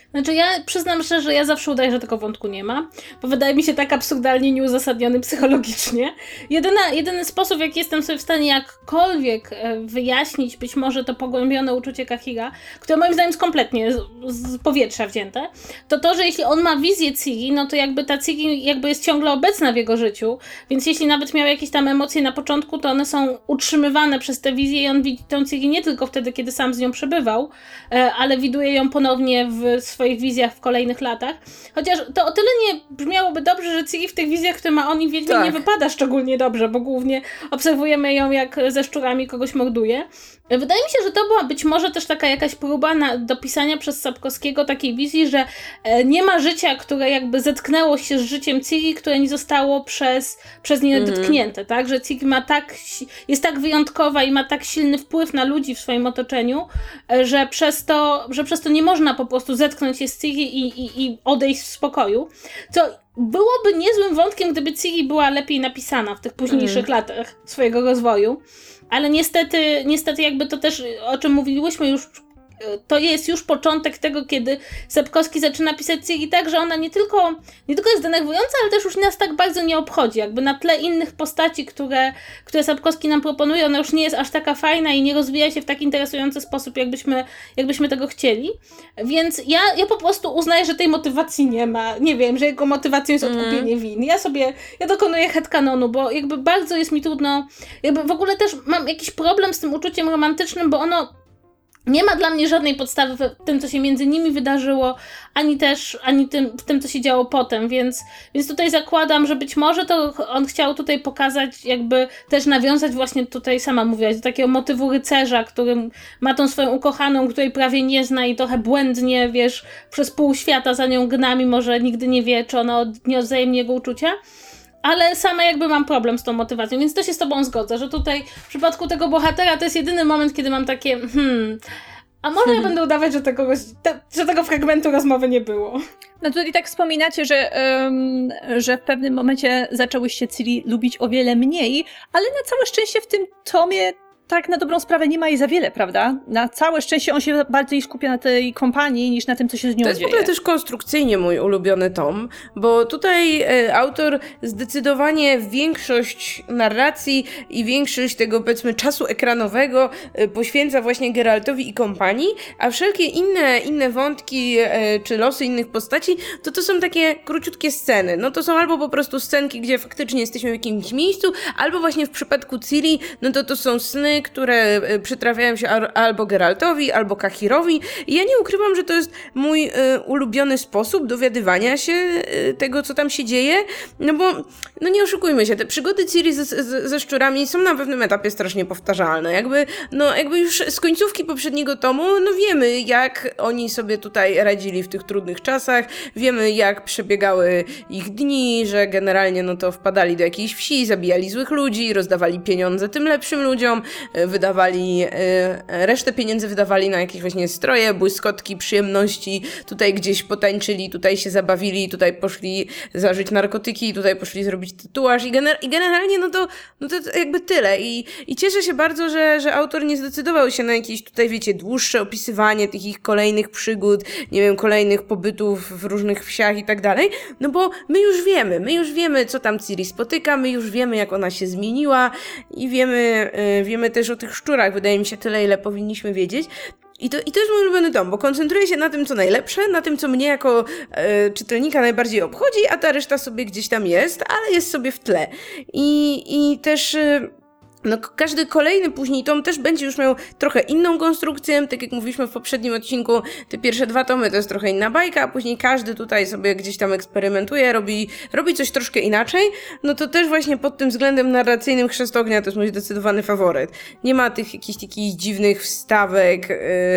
Speaker 3: Znaczy ja przyznam szczerze, że ja zawsze udaję, że tego wątku nie ma, bo wydaje mi się tak absurdalnie nieuzasadniony psychologicznie. Jedyna, jedyny sposób, w jaki jestem sobie w stanie jakkolwiek wyjaśnić być może to pogłębione uczucie Kahira, które moim zdaniem jest kompletnie z, z powietrza wzięte, to to, że jeśli on ma wizję Ciri, no to jakby ta Ciri jakby jest ciągle obecna w jego życiu, więc jeśli nawet miał jakieś tam emocje na początku, to one są utrzymywane przez tę wizję i on widzi tę Ciri nie tylko wtedy, kiedy sam z nią przebywał, ale widuje ją ponownie w swoich wizjach w kolejnych latach. Chociaż to o tyle nie brzmiałoby dobrze, że Ciri w tych wizjach, które ma on i Wiedźmin, tak, nie wypada szczególnie dobrze, bo głównie obserwujemy ją, jak ze szczurami kogoś morduje. Wydaje mi się, że to była być może też taka jakaś próba na, dopisania przez Sapkowskiego takiej wizji, że e, nie ma życia, które jakby zetknęło się z życiem Ciri, które nie zostało przez, przez nie mm-hmm. dotknięte, tak? Że Ciri ma tak, jest tak wyjątkowa i ma tak silny wpływ na ludzi w swoim otoczeniu, e, że, przez to, że przez to nie można po prostu zetknąć się z Ciri i, i, i odejść w spokoju. Co byłoby niezłym wątkiem, gdyby Ciri była lepiej napisana w tych późniejszych mm. latach swojego rozwoju. Ale niestety, niestety jakby to też, o czym mówiłyśmy już, to jest już początek tego, kiedy Sapkowski zaczyna pisać Ciri tak, że ona nie tylko, nie tylko jest denerwująca, ale też już nas tak bardzo nie obchodzi. Jakby na tle innych postaci, które, które Sapkowski nam proponuje, ona już nie jest aż taka fajna i nie rozwija się w tak interesujący sposób, jakbyśmy, jakbyśmy tego chcieli. Więc ja, ja po prostu uznaję, że tej motywacji nie ma. Nie wiem, że jego motywacją jest odkupienie mm. win. Ja sobie, ja dokonuję headcanonu, bo jakby bardzo jest mi trudno, jakby w ogóle też mam jakiś problem z tym uczuciem romantycznym, bo ono nie ma dla mnie żadnej podstawy w tym, co się między nimi wydarzyło, ani też ani tym, w tym, co się działo potem, więc, więc tutaj zakładam, że być może to on chciał tutaj pokazać, jakby też nawiązać właśnie tutaj, sama mówiłaś, do takiego motywu rycerza, który ma tą swoją ukochaną, której prawie nie zna i trochę błędnie, wiesz, przez pół świata za nią gna, mimo że nigdy nie wie, czy ona od, nie odwzajemni jego uczucia. Ale sama jakby mam problem z tą motywacją, więc to się z tobą zgodzę, że tutaj w przypadku tego bohatera to jest jedyny moment, kiedy mam takie hmm, a może ja będę udawać, że tego, te, że tego fragmentu rozmowy nie było.
Speaker 1: No tutaj tak wspominacie, że, um, że w pewnym momencie zaczęłyście Ciri lubić o wiele mniej, ale na całe szczęście w tym tomie tak na dobrą sprawę nie ma jej za wiele, prawda? Na całe szczęście on się bardziej skupia na tej kompanii niż na tym, co się z nią dzieje.
Speaker 2: To jest w ogóle też konstrukcyjnie mój ulubiony tom, bo tutaj e, autor zdecydowanie większość narracji i większość tego, powiedzmy, czasu ekranowego e, poświęca właśnie Geraltowi i kompanii, a wszelkie inne, inne wątki e, czy losy innych postaci, to to są takie króciutkie sceny. No to są albo po prostu scenki, gdzie faktycznie jesteśmy w jakimś miejscu, albo właśnie w przypadku Ciri, no to to są sny, które przytrafiają się albo Geraltowi, albo Kahirowi. I ja nie ukrywam, że to jest mój y, ulubiony sposób dowiadywania się y, tego, co tam się dzieje, no bo, no nie oszukujmy się, te przygody Ciri ze, ze, ze szczurami są na pewnym etapie strasznie powtarzalne. Jakby, no jakby już z końcówki poprzedniego tomu, no wiemy, jak oni sobie tutaj radzili w tych trudnych czasach, wiemy, jak przebiegały ich dni, że generalnie no to wpadali do jakiejś wsi, zabijali złych ludzi, rozdawali pieniądze tym lepszym ludziom, wydawali, resztę pieniędzy wydawali na jakieś właśnie stroje, błyskotki, przyjemności, tutaj gdzieś potańczyli, tutaj się zabawili, tutaj poszli zażyć narkotyki, tutaj poszli zrobić tatuaż i, gener- i generalnie no to, no to jakby tyle i, i cieszę się bardzo, że, że autor nie zdecydował się na jakieś tutaj, wiecie, dłuższe opisywanie tych ich kolejnych przygód, nie wiem, kolejnych pobytów w różnych wsiach i tak dalej, no bo my już wiemy, my już wiemy, co tam Ciri spotyka, my już wiemy, jak ona się zmieniła i wiemy, yy, wiemy też o tych szczurach, wydaje mi się tyle, ile powinniśmy wiedzieć. I to, I to jest mój ulubiony tom, bo koncentruję się na tym, co najlepsze, na tym, co mnie jako e, czytelnika najbardziej obchodzi, a ta reszta sobie gdzieś tam jest, ale jest sobie w tle. I, i też... E, No, każdy kolejny później tom też będzie już miał trochę inną konstrukcję, tak jak mówiliśmy w poprzednim odcinku, te pierwsze dwa tomy to jest trochę inna bajka, a później każdy tutaj sobie gdzieś tam eksperymentuje, robi, robi coś troszkę inaczej, no to też właśnie pod tym względem narracyjnym Chrzest Ognia to jest mój zdecydowany faworyt. Nie ma tych jakichś takich dziwnych wstawek,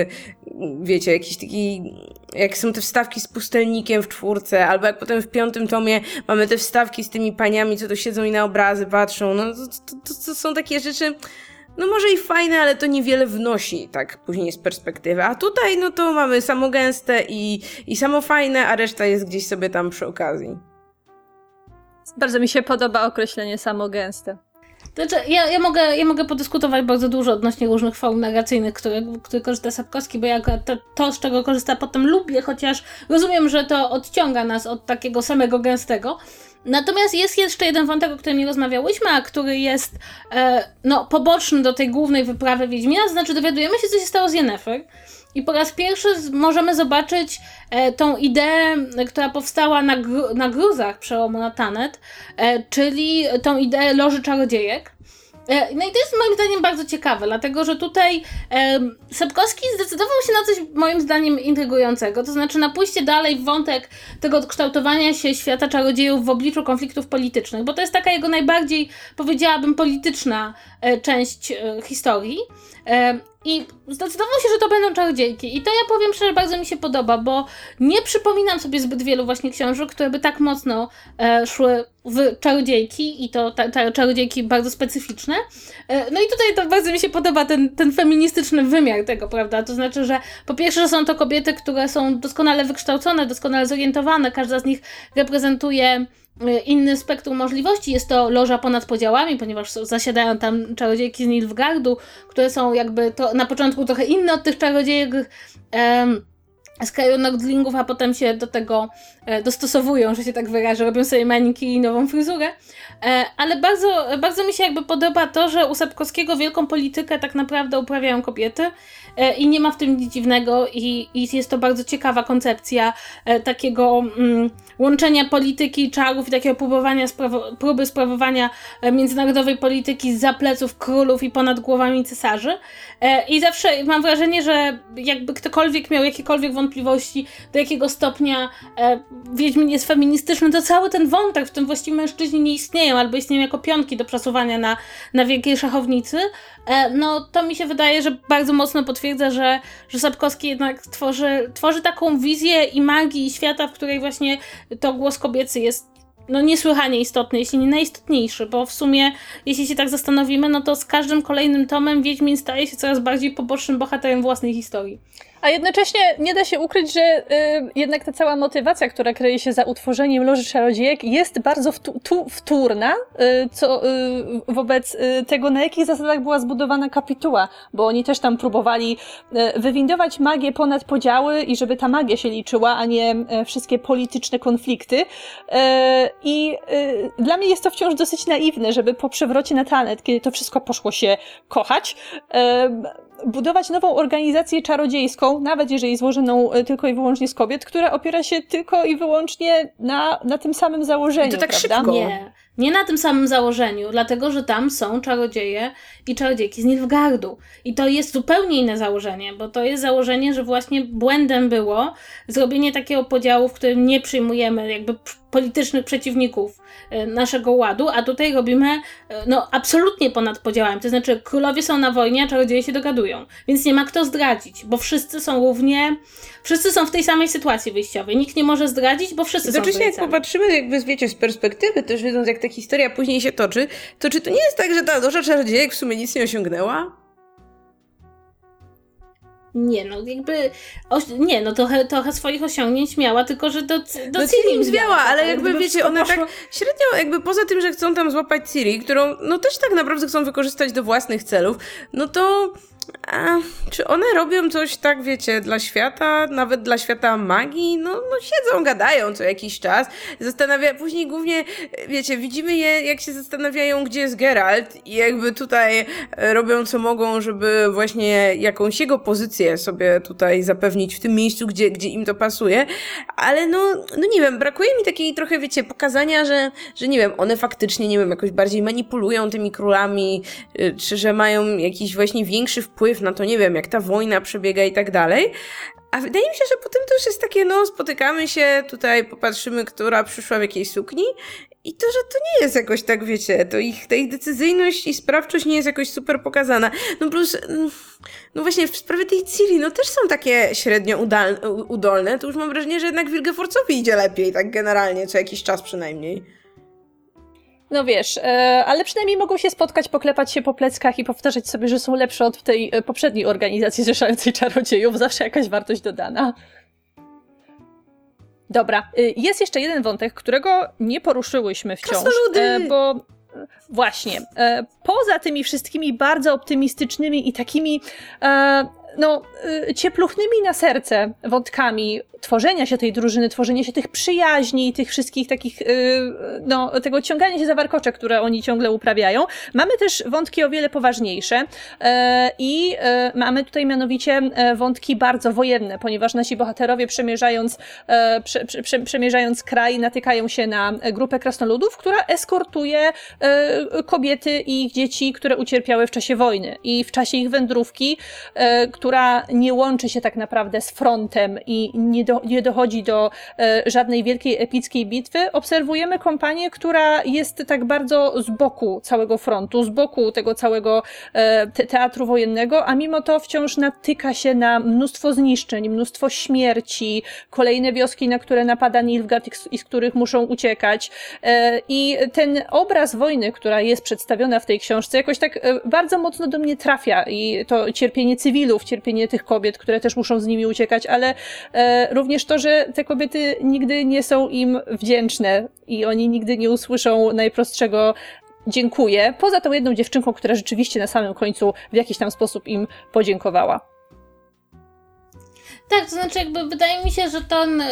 Speaker 2: yy, wiecie, jakiś taki, jak są te wstawki z pustelnikiem w czwórce, albo jak potem w piątym tomie mamy te wstawki z tymi paniami, co to siedzą i na obrazy patrzą, no to, to, to, to są takie rzeczy, no może i fajne, ale to niewiele wnosi tak później z perspektywy. A tutaj no to mamy samo gęste i, i samo fajne, a reszta jest gdzieś sobie tam przy okazji.
Speaker 1: Bardzo mi się podoba określenie samo gęste.
Speaker 3: Znaczy, ja, ja, mogę, ja mogę podyskutować bardzo dużo odnośnie różnych form narracyjnych, które, które korzysta Sapkowski, bo ja to, to, z czego korzysta, potem lubię, chociaż rozumiem, że to odciąga nas od takiego samego gęstego. Natomiast jest jeszcze jeden wątek, o którym nie rozmawiałyśmy, a który jest e, no, poboczny do tej głównej wyprawy Wiedźmina, to znaczy dowiadujemy się, co się stało z Yennefer. I po raz pierwszy z, możemy zobaczyć e, tą ideę, która powstała na, gru, na gruzach przełomu na Tannet, e, czyli tą ideę Loży Czarodziejek. E, no i to jest moim zdaniem bardzo ciekawe, dlatego że tutaj e, Sapkowski zdecydował się na coś moim zdaniem intrygującego, to znaczy na pójście dalej w wątek tego kształtowania się świata czarodziejów w obliczu konfliktów politycznych, bo to jest taka jego najbardziej, powiedziałabym, polityczna e, część e, historii. E, I zdecydował się, że to będą czarodziejki. I to ja powiem szczerze, bardzo mi się podoba, bo nie przypominam sobie zbyt wielu właśnie książek, które by tak mocno e, szły w czarodziejki i to ta, ta, czarodziejki bardzo specyficzne. E, no i tutaj to bardzo mi się podoba ten, ten feministyczny wymiar tego, prawda? To znaczy, że po pierwsze, że są to kobiety, które są doskonale wykształcone, doskonale zorientowane, każda z nich reprezentuje inny spektrum możliwości. Jest to loża ponad podziałami, ponieważ zasiadają tam czarodziejki z Nilfgaardu, które są jakby to na początku trochę inne od tych czarodziejek em, z kraju Nordlingów, a potem się do tego e, dostosowują, że się tak wyrażę, robią sobie manikiri i nową fryzurę. E, ale bardzo, bardzo mi się jakby podoba to, że u Sapkowskiego wielką politykę tak naprawdę uprawiają kobiety e, i nie ma w tym nic dziwnego i, i jest to bardzo ciekawa koncepcja e, takiego mm, łączenia polityki, czarów i takiego próbowania sprawo- próby sprawowania e, międzynarodowej polityki zza pleców królów i ponad głowami cesarzy. E, I zawsze mam wrażenie, że jakby ktokolwiek miał jakiekolwiek wątpliwości, do jakiego stopnia e, Wiedźmin jest feministyczny, to cały ten wątek, w tym właściwie mężczyźni nie istnieją, albo istnieją jako pionki do przesuwania na, na wielkiej szachownicy, e, no to mi się wydaje, że bardzo mocno potwierdza, że, że Sapkowski jednak tworzy, tworzy taką wizję i magii świata, w której właśnie to głos kobiecy jest no niesłychanie istotny, jeśli nie najistotniejszy, bo w sumie, jeśli się tak zastanowimy, no to z każdym kolejnym tomem Wiedźmin staje się coraz bardziej pobocznym bohaterem własnej historii.
Speaker 1: A jednocześnie nie da się ukryć, że y, jednak ta cała motywacja, która kryje się za utworzeniem Loży Czarodziejek, jest bardzo wtu- tu- wtórna y, co, y, wobec y, tego, na jakich zasadach była zbudowana kapituła, bo oni też tam próbowali y, wywindować magię ponad podziały i żeby ta magia się liczyła, a nie y, wszystkie polityczne konflikty. Y, I y, dla mnie jest to wciąż dosyć naiwne, żeby po przewrocie na Tannet, kiedy to wszystko poszło się kochać, y, budować nową organizację czarodziejską, nawet jeżeli złożoną tylko i wyłącznie z kobiet, która opiera się tylko i wyłącznie na, na tym samym założeniu,
Speaker 2: I to tak
Speaker 1: prawda?
Speaker 2: szybko.
Speaker 3: Nie, nie na tym samym założeniu, dlatego, że tam są czarodzieje i czarodziejki z Nilfgaardu. I to jest zupełnie inne założenie, bo to jest założenie, że właśnie błędem było zrobienie takiego podziału, w którym nie przyjmujemy jakby politycznych przeciwników naszego ładu, a tutaj robimy no absolutnie ponad podziałami. To znaczy królowie są na wojnie, a czarodzieje się dogadują. Więc nie ma kto zdradzić, bo wszyscy są równie, wszyscy są w tej samej sytuacji wyjściowej. Nikt nie może zdradzić, bo wszyscy są
Speaker 2: Jednocześnie jak popatrzymy, jakby wiecie, z perspektywy, też wiedząc jak ta historia później się toczy, to czy to nie jest tak, że ta Loża Czarodziejek w sumie nic nie osiągnęła?
Speaker 3: Nie, no jakby, oś, nie, no trochę, trochę swoich osiągnięć miała, tylko że do, do
Speaker 2: Do
Speaker 3: Ciri
Speaker 2: Ciri zwiała, ale jakby
Speaker 3: gdyby
Speaker 2: wiecie, one
Speaker 3: poszło...
Speaker 2: tak średnio, jakby poza tym, że chcą tam złapać Ciri, którą no też tak naprawdę chcą wykorzystać do własnych celów, no to a, czy one robią coś tak, wiecie, dla świata, nawet dla świata magii? No, no siedzą, gadają co jakiś czas, zastanawia, później głównie, wiecie, widzimy je, jak się zastanawiają, gdzie jest Geralt i jakby tutaj robią co mogą, żeby właśnie jakąś jego pozycję sobie tutaj zapewnić w tym miejscu, gdzie, gdzie im to pasuje, ale no, no nie wiem, brakuje mi takiej trochę, wiecie, pokazania, że, że nie wiem, one faktycznie, nie wiem, jakoś bardziej manipulują tymi królami, czy że mają jakiś właśnie większy wpływ na to, nie wiem, jak ta wojna przebiega i tak dalej. A wydaje mi się, że potem to już jest takie, no, spotykamy się, tutaj popatrzymy, która przyszła w jakiej sukni i to, że to nie jest jakoś tak, wiecie, to ich, ta ich decyzyjność i sprawczość nie jest jakoś super pokazana. No plus, no właśnie w sprawie tej Ciri, no też są takie średnio udal, udolne, to już mam wrażenie, że jednak Wilgefortzowi idzie lepiej, tak generalnie, co jakiś czas przynajmniej.
Speaker 1: No wiesz, e, ale przynajmniej mogą się spotkać, poklepać się po pleckach i powtarzać sobie, że są lepsze od tej e, poprzedniej organizacji zrzeszającej czarodziejów. Zawsze jakaś wartość dodana. Dobra, e, jest jeszcze jeden wątek, którego nie poruszyłyśmy wciąż, e, bo właśnie, e, poza tymi wszystkimi bardzo optymistycznymi i takimi e, no, e, ciepluchnymi na serce wątkami tworzenia się tej drużyny, tworzenia się tych przyjaźni, tych wszystkich takich, e, no, tego ciągania się za warkocze, które oni ciągle uprawiają. Mamy też wątki o wiele poważniejsze e, i e, mamy tutaj mianowicie e, wątki bardzo wojenne, ponieważ nasi bohaterowie przemierzając, e, prze, prze, przemierzając kraj natykają się na grupę krasnoludów, która eskortuje e, kobiety i ich dzieci, które ucierpiały w czasie wojny. I w czasie ich wędrówki, e, która nie łączy się tak naprawdę z frontem i nie, do, nie dochodzi do e, żadnej wielkiej, epickiej bitwy, obserwujemy kompanię, która jest tak bardzo z boku całego frontu, z boku tego całego e, te, teatru wojennego, a mimo to wciąż natyka się na mnóstwo zniszczeń, mnóstwo śmierci, kolejne wioski, na które napada Nilfgaard i z których muszą uciekać. E, I ten obraz wojny, która jest przedstawiona w tej książce, jakoś tak e, bardzo mocno do mnie trafia i to cierpienie cywilów, cierpienie tych kobiet, które też muszą z nimi uciekać, ale e, również to, że te kobiety nigdy nie są im wdzięczne i oni nigdy nie usłyszą najprostszego dziękuję, poza tą jedną dziewczynką, która rzeczywiście na samym końcu w jakiś tam sposób im podziękowała.
Speaker 3: Tak, to znaczy jakby wydaje mi się, że ten,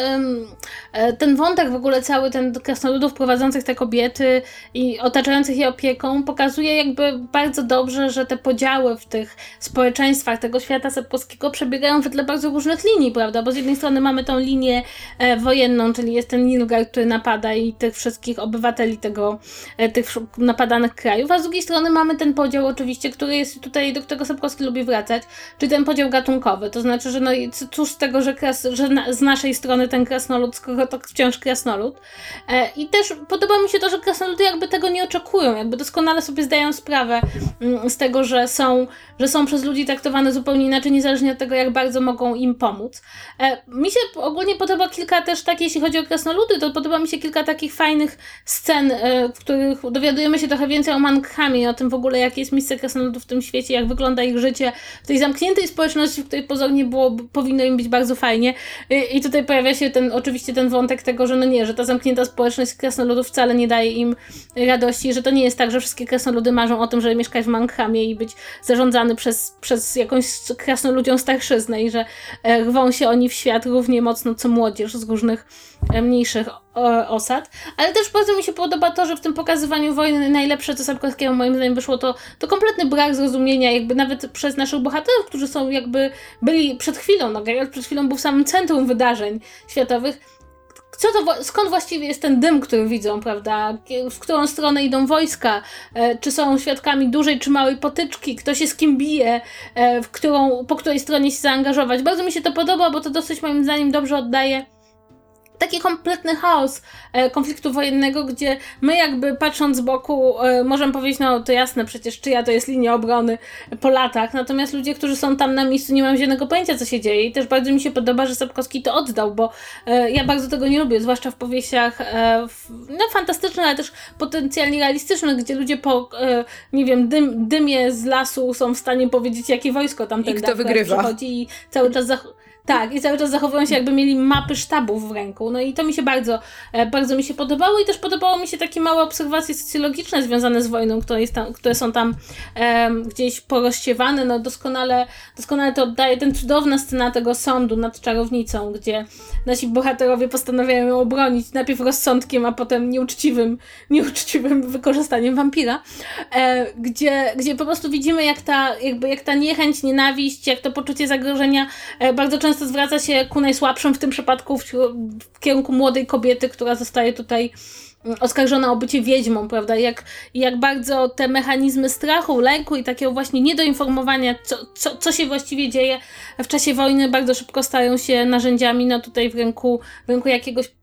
Speaker 3: ten wątek w ogóle cały, ten krasnoludów prowadzących te kobiety i otaczających je opieką pokazuje jakby bardzo dobrze, że te podziały w tych społeczeństwach tego świata sapkowskiego przebiegają wedle bardzo różnych linii, prawda? Bo z jednej strony mamy tą linię wojenną, czyli jest ten Nilfgaard, który napada i tych wszystkich obywateli tego, tych napadanych krajów, a z drugiej strony mamy ten podział oczywiście, który jest tutaj, do którego Sapkowski lubi wracać, czyli ten podział gatunkowy, to znaczy, że no cóż z tego, że, kras, że na, z naszej strony ten krasnolud, skoro to wciąż krasnolud. E, I też podoba mi się to, że krasnoludy jakby tego nie oczekują, jakby doskonale sobie zdają sprawę mm, z tego, że są, że są przez ludzi traktowane zupełnie inaczej, niezależnie od tego, jak bardzo mogą im pomóc. E, mi się ogólnie podoba kilka też takich, jeśli chodzi o krasnoludy, to podoba mi się kilka takich fajnych scen, e, w których dowiadujemy się trochę więcej o Mannheimie, o tym w ogóle, jakie jest miejsce krasnoludów w tym świecie, jak wygląda ich życie w tej zamkniętej społeczności, w której pozornie było, powinno im być bardzo fajnie. I, I tutaj pojawia się ten, oczywiście ten wątek tego, że no nie, że ta zamknięta społeczność krasnoludów wcale nie daje im radości, że to nie jest tak, że wszystkie krasnoludy marzą o tym, żeby mieszkać w Mannheimie i być zarządzany przez, przez jakąś krasnoludzią starszyznę i że e, rwą się oni w świat równie mocno co młodzież z różnych e, mniejszych o, osad. Ale też bardzo mi się podoba to, że w tym pokazywaniu wojny najlepsze, co Sapkowskiemu moim zdaniem wyszło, to, to kompletny brak zrozumienia jakby nawet przez naszych bohaterów, którzy są jakby byli przed chwilą, no Geralt przed chwilą był w samym centrum wydarzeń światowych. Co to, skąd właściwie jest ten dym, który widzą, prawda? W którą stronę idą wojska? E, czy są świadkami dużej czy małej potyczki? Kto się z kim bije? E, w którą, po której stronie się zaangażować? Bardzo mi się to podoba, bo to dosyć moim zdaniem dobrze oddaje taki kompletny chaos e, konfliktu wojennego, gdzie my jakby patrząc z boku e, możemy powiedzieć, no to jasne, przecież czyja to jest linia obrony po latach, natomiast ludzie, którzy są tam na miejscu, nie mają żadnego pojęcia, co się dzieje i też bardzo mi się podoba, że Sapkowski to oddał, bo e, ja bardzo tego nie lubię, zwłaszcza w powieściach e, w, no fantastycznych, ale też potencjalnie realistycznych, gdzie ludzie po, e, nie wiem, dym, dymie z lasu są w stanie powiedzieć, jakie wojsko tam ten
Speaker 2: I kto wygrywa.
Speaker 3: przychodzi i cały czas zach- Tak, i cały czas zachowują się, jakby mieli mapy sztabów w ręku. No i to mi się bardzo, bardzo mi się podobało i też podobało mi się takie małe obserwacje socjologiczne związane z wojną, które, jest tam, które są tam um, gdzieś porozsiewane. No doskonale, doskonale to oddaje ten cudowna scena tego sądu nad czarownicą, gdzie nasi bohaterowie postanawiają ją obronić najpierw rozsądkiem, a potem nieuczciwym, nieuczciwym wykorzystaniem wampira, e, gdzie, gdzie po prostu widzimy, jak ta, jakby, jak ta niechęć, nienawiść, jak to poczucie zagrożenia e, bardzo często często zwraca się ku najsłabszym, w tym przypadku w, w kierunku młodej kobiety, która zostaje tutaj oskarżona o bycie wiedźmą, prawda? Jak, jak bardzo te mechanizmy strachu, lęku i takiego właśnie niedoinformowania, co, co, co się właściwie dzieje w czasie wojny, bardzo szybko stają się narzędziami, no tutaj w ręku, w ręku jakiegoś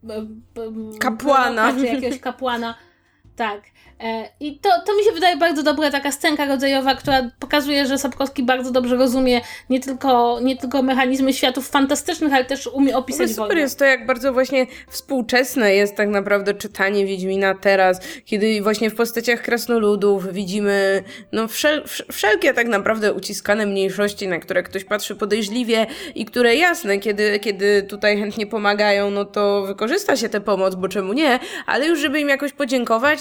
Speaker 2: kapłana.
Speaker 3: Czy jakiegoś kapłana. Tak. I to, to mi się wydaje bardzo dobra taka scenka rodzajowa, która pokazuje, że Sapkowski bardzo dobrze rozumie nie tylko, nie tylko mechanizmy światów fantastycznych, ale też umie opisać
Speaker 2: super
Speaker 3: wojnę.
Speaker 2: Jest to, jak bardzo właśnie współczesne jest tak naprawdę czytanie Wiedźmina teraz, kiedy właśnie w postaciach krasnoludów widzimy no wszel, wszelkie tak naprawdę uciskane mniejszości, na które ktoś patrzy podejrzliwie i które jasne, kiedy, kiedy tutaj chętnie pomagają, no to wykorzysta się tę pomoc, bo czemu nie, ale już żeby im jakoś podziękować,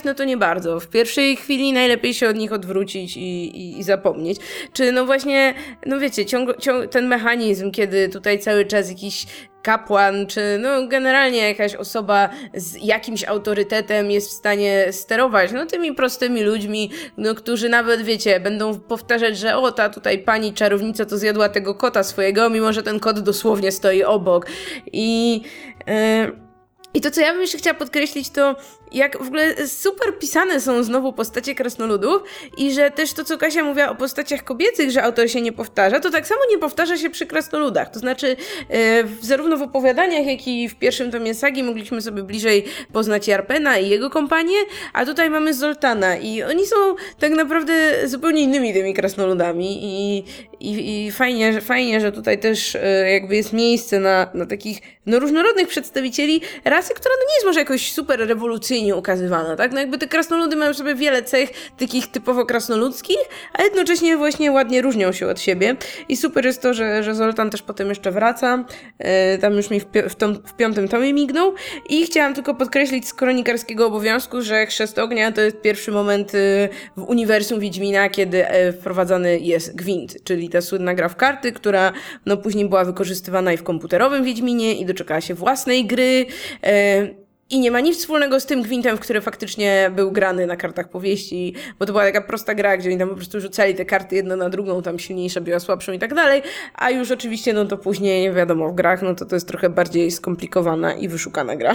Speaker 2: no to nie bardzo. W pierwszej chwili najlepiej się od nich odwrócić i, i, i zapomnieć. Czy no właśnie, no wiecie, ciąg, ciąg, ten mechanizm, kiedy tutaj cały czas jakiś kapłan, czy no generalnie jakaś osoba z jakimś autorytetem jest w stanie sterować, no tymi prostymi ludźmi, no którzy nawet, wiecie, będą powtarzać, że o, ta tutaj pani czarownica to zjadła tego kota swojego, mimo że ten kot dosłownie stoi obok. I... Yy... I to, co ja bym jeszcze chciała podkreślić, to jak w ogóle super pisane są znowu postacie krasnoludów i że też to, co Kasia mówiła o postaciach kobiecych, że autor się nie powtarza, to tak samo nie powtarza się przy krasnoludach. To znaczy e, zarówno w opowiadaniach, jak i w pierwszym tomie sagi mogliśmy sobie bliżej poznać Jarpena i jego kompanię, a tutaj mamy Zoltana i oni są tak naprawdę zupełnie innymi tymi krasnoludami i, i, i fajnie, że, fajnie, że tutaj też e, jakby jest miejsce na, na takich no, różnorodnych przedstawicieli rasy, która no nie jest może jakoś super rewolucyjna ukazywana, tak? No jakby te krasnoludy mają sobie wiele cech takich typowo krasnoludzkich, a jednocześnie właśnie ładnie różnią się od siebie i super jest to, że, że Zoltan też potem jeszcze wraca, yy, tam już mi w, pi- w, tom, w piątym tomie mignął i chciałam tylko podkreślić z kronikarskiego obowiązku, że Chrzest Ognia to jest pierwszy moment yy, w uniwersum Wiedźmina, kiedy yy, wprowadzany jest gwint, czyli ta słynna gra w karty, która no później była wykorzystywana i w komputerowym Wiedźminie i doczekała się własnej gry, yy, I nie ma nic wspólnego z tym gwintem, w który faktycznie był grany na kartach powieści, bo to była taka prosta gra, gdzie oni tam po prostu rzucali te karty jedna na drugą, tam silniejsza biła słabszą i tak dalej, a już oczywiście, no to później, wiadomo, w grach, no to to jest trochę bardziej skomplikowana i wyszukana gra.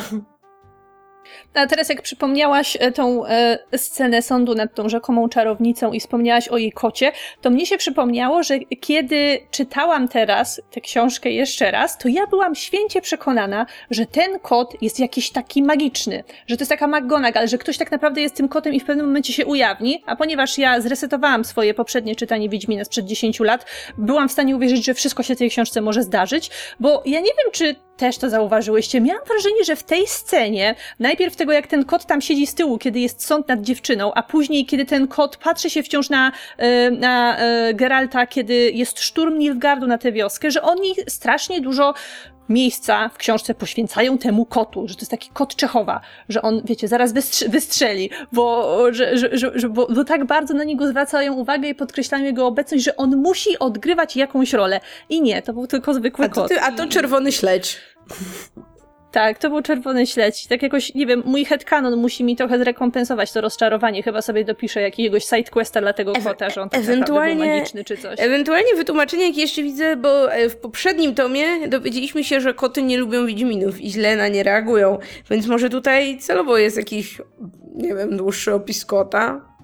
Speaker 1: A teraz jak przypomniałaś tą e, scenę sądu nad tą rzekomą czarownicą i wspomniałaś o jej kocie, to mnie się przypomniało, że kiedy czytałam teraz tę książkę jeszcze raz, to ja byłam święcie przekonana, że ten kot jest jakiś taki magiczny, że to jest taka McGonagall, że ktoś tak naprawdę jest tym kotem i w pewnym momencie się ujawni, a ponieważ ja zresetowałam swoje poprzednie czytanie Wiedźmina sprzed dziesięciu lat, byłam w stanie uwierzyć, że wszystko się w tej książce może zdarzyć, bo ja nie wiem, czy też to zauważyłyście. Miałam wrażenie, że w tej scenie, najpierw tego, jak ten kot tam siedzi z tyłu, kiedy jest sąd nad dziewczyną, a później, kiedy ten kot patrzy się wciąż na, na Geralta, kiedy jest szturm Nilfgaardu na tę wioskę, że oni strasznie dużo miejsca w książce poświęcają temu kotu, że to jest taki kot Czechowa, że on, wiecie, zaraz wystrz- wystrzeli, bo, że, że, że, że, bo, bo tak bardzo na niego zwracają uwagę i podkreślają jego obecność, że on musi odgrywać jakąś rolę. I nie, to był tylko zwykły
Speaker 2: a to
Speaker 1: kot.
Speaker 2: Ty, a to czerwony śledź.
Speaker 1: Tak, to był czerwony śledź. Tak jakoś, nie wiem, mój headcanon musi mi trochę zrekompensować to rozczarowanie. Chyba sobie dopiszę jakiegoś sidequesta dla tego
Speaker 2: Ewe-
Speaker 1: kota, że on tak
Speaker 2: ewentualnie,
Speaker 1: naprawdę był magiczny czy coś.
Speaker 2: Ewentualnie wytłumaczenie, jakie jeszcze widzę, bo w poprzednim tomie dowiedzieliśmy się, że koty nie lubią Wiedźminów i źle na nie reagują. Więc może tutaj celowo jest jakiś, nie wiem, dłuższy opis kota.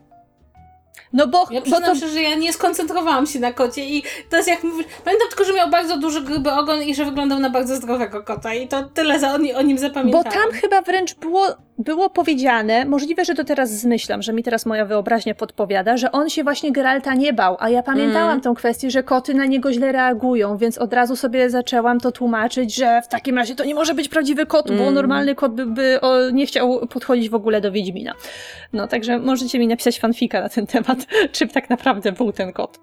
Speaker 1: No bo,
Speaker 3: Ja
Speaker 1: bo
Speaker 3: przyznam
Speaker 1: to...
Speaker 3: się, że ja nie skoncentrowałam się na kocie i to jest jak mówisz, pamiętam tylko, że miał bardzo duży, gruby ogon i że wyglądał na bardzo zdrowego kota i to tyle za, o, o nim zapamiętałam.
Speaker 1: Bo tam chyba wręcz było, było powiedziane, możliwe, że to teraz zmyślam, że mi teraz moja wyobraźnia podpowiada, że on się właśnie Geralta nie bał, a ja pamiętałam mm. tą kwestię, że koty na niego źle reagują, więc od razu sobie zaczęłam to tłumaczyć, że w takim razie to nie może być prawdziwy kot, mm. bo normalny kot by, by o, nie chciał podchodzić w ogóle do Wiedźmina. No, także możecie mi napisać fanfika na ten temat, czym tak naprawdę był ten kot.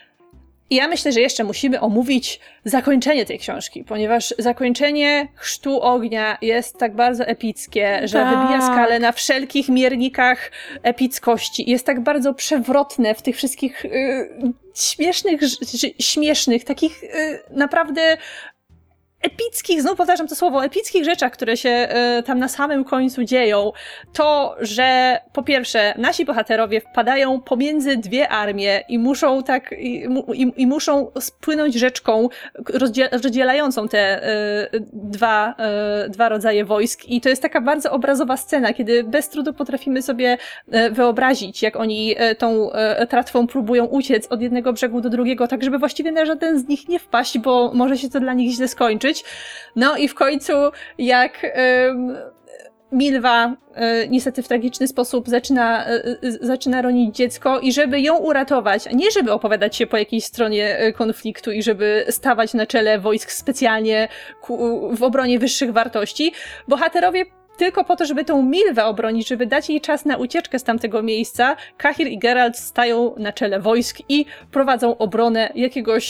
Speaker 1: I ja myślę, że jeszcze musimy omówić zakończenie tej książki, ponieważ zakończenie Chrztu Ognia jest tak bardzo epickie, że
Speaker 2: tak.
Speaker 1: wybija skalę na wszelkich miernikach epickości. Jest tak bardzo przewrotne w tych wszystkich y, śmiesznych, ż, śmiesznych, takich y, naprawdę epickich, znów powtarzam to słowo, epickich rzeczach, które się y, tam na samym końcu dzieją, to, że po pierwsze nasi bohaterowie wpadają pomiędzy dwie armie i muszą tak, i, i, i muszą spłynąć rzeczką rozdziel, rozdzielającą te y, dwa, y, dwa rodzaje wojsk i to jest taka bardzo obrazowa scena, kiedy bez trudu potrafimy sobie y, wyobrazić, jak oni y, tą y, tratwą próbują uciec od jednego brzegu do drugiego, tak żeby właściwie na żaden z nich nie wpaść, bo może się to dla nich źle skończyć. No i w końcu jak ym, Milwa y, niestety w tragiczny sposób zaczyna, y, y, zaczyna ronić dziecko i żeby ją uratować, a nie żeby opowiadać się po jakiejś stronie y, konfliktu i żeby stawać na czele wojsk specjalnie ku, w obronie wyższych wartości, bohaterowie tylko po to, żeby tą Milwę obronić, żeby dać jej czas na ucieczkę z tamtego miejsca, Cahir i Geralt stają na czele wojsk i prowadzą obronę jakiegoś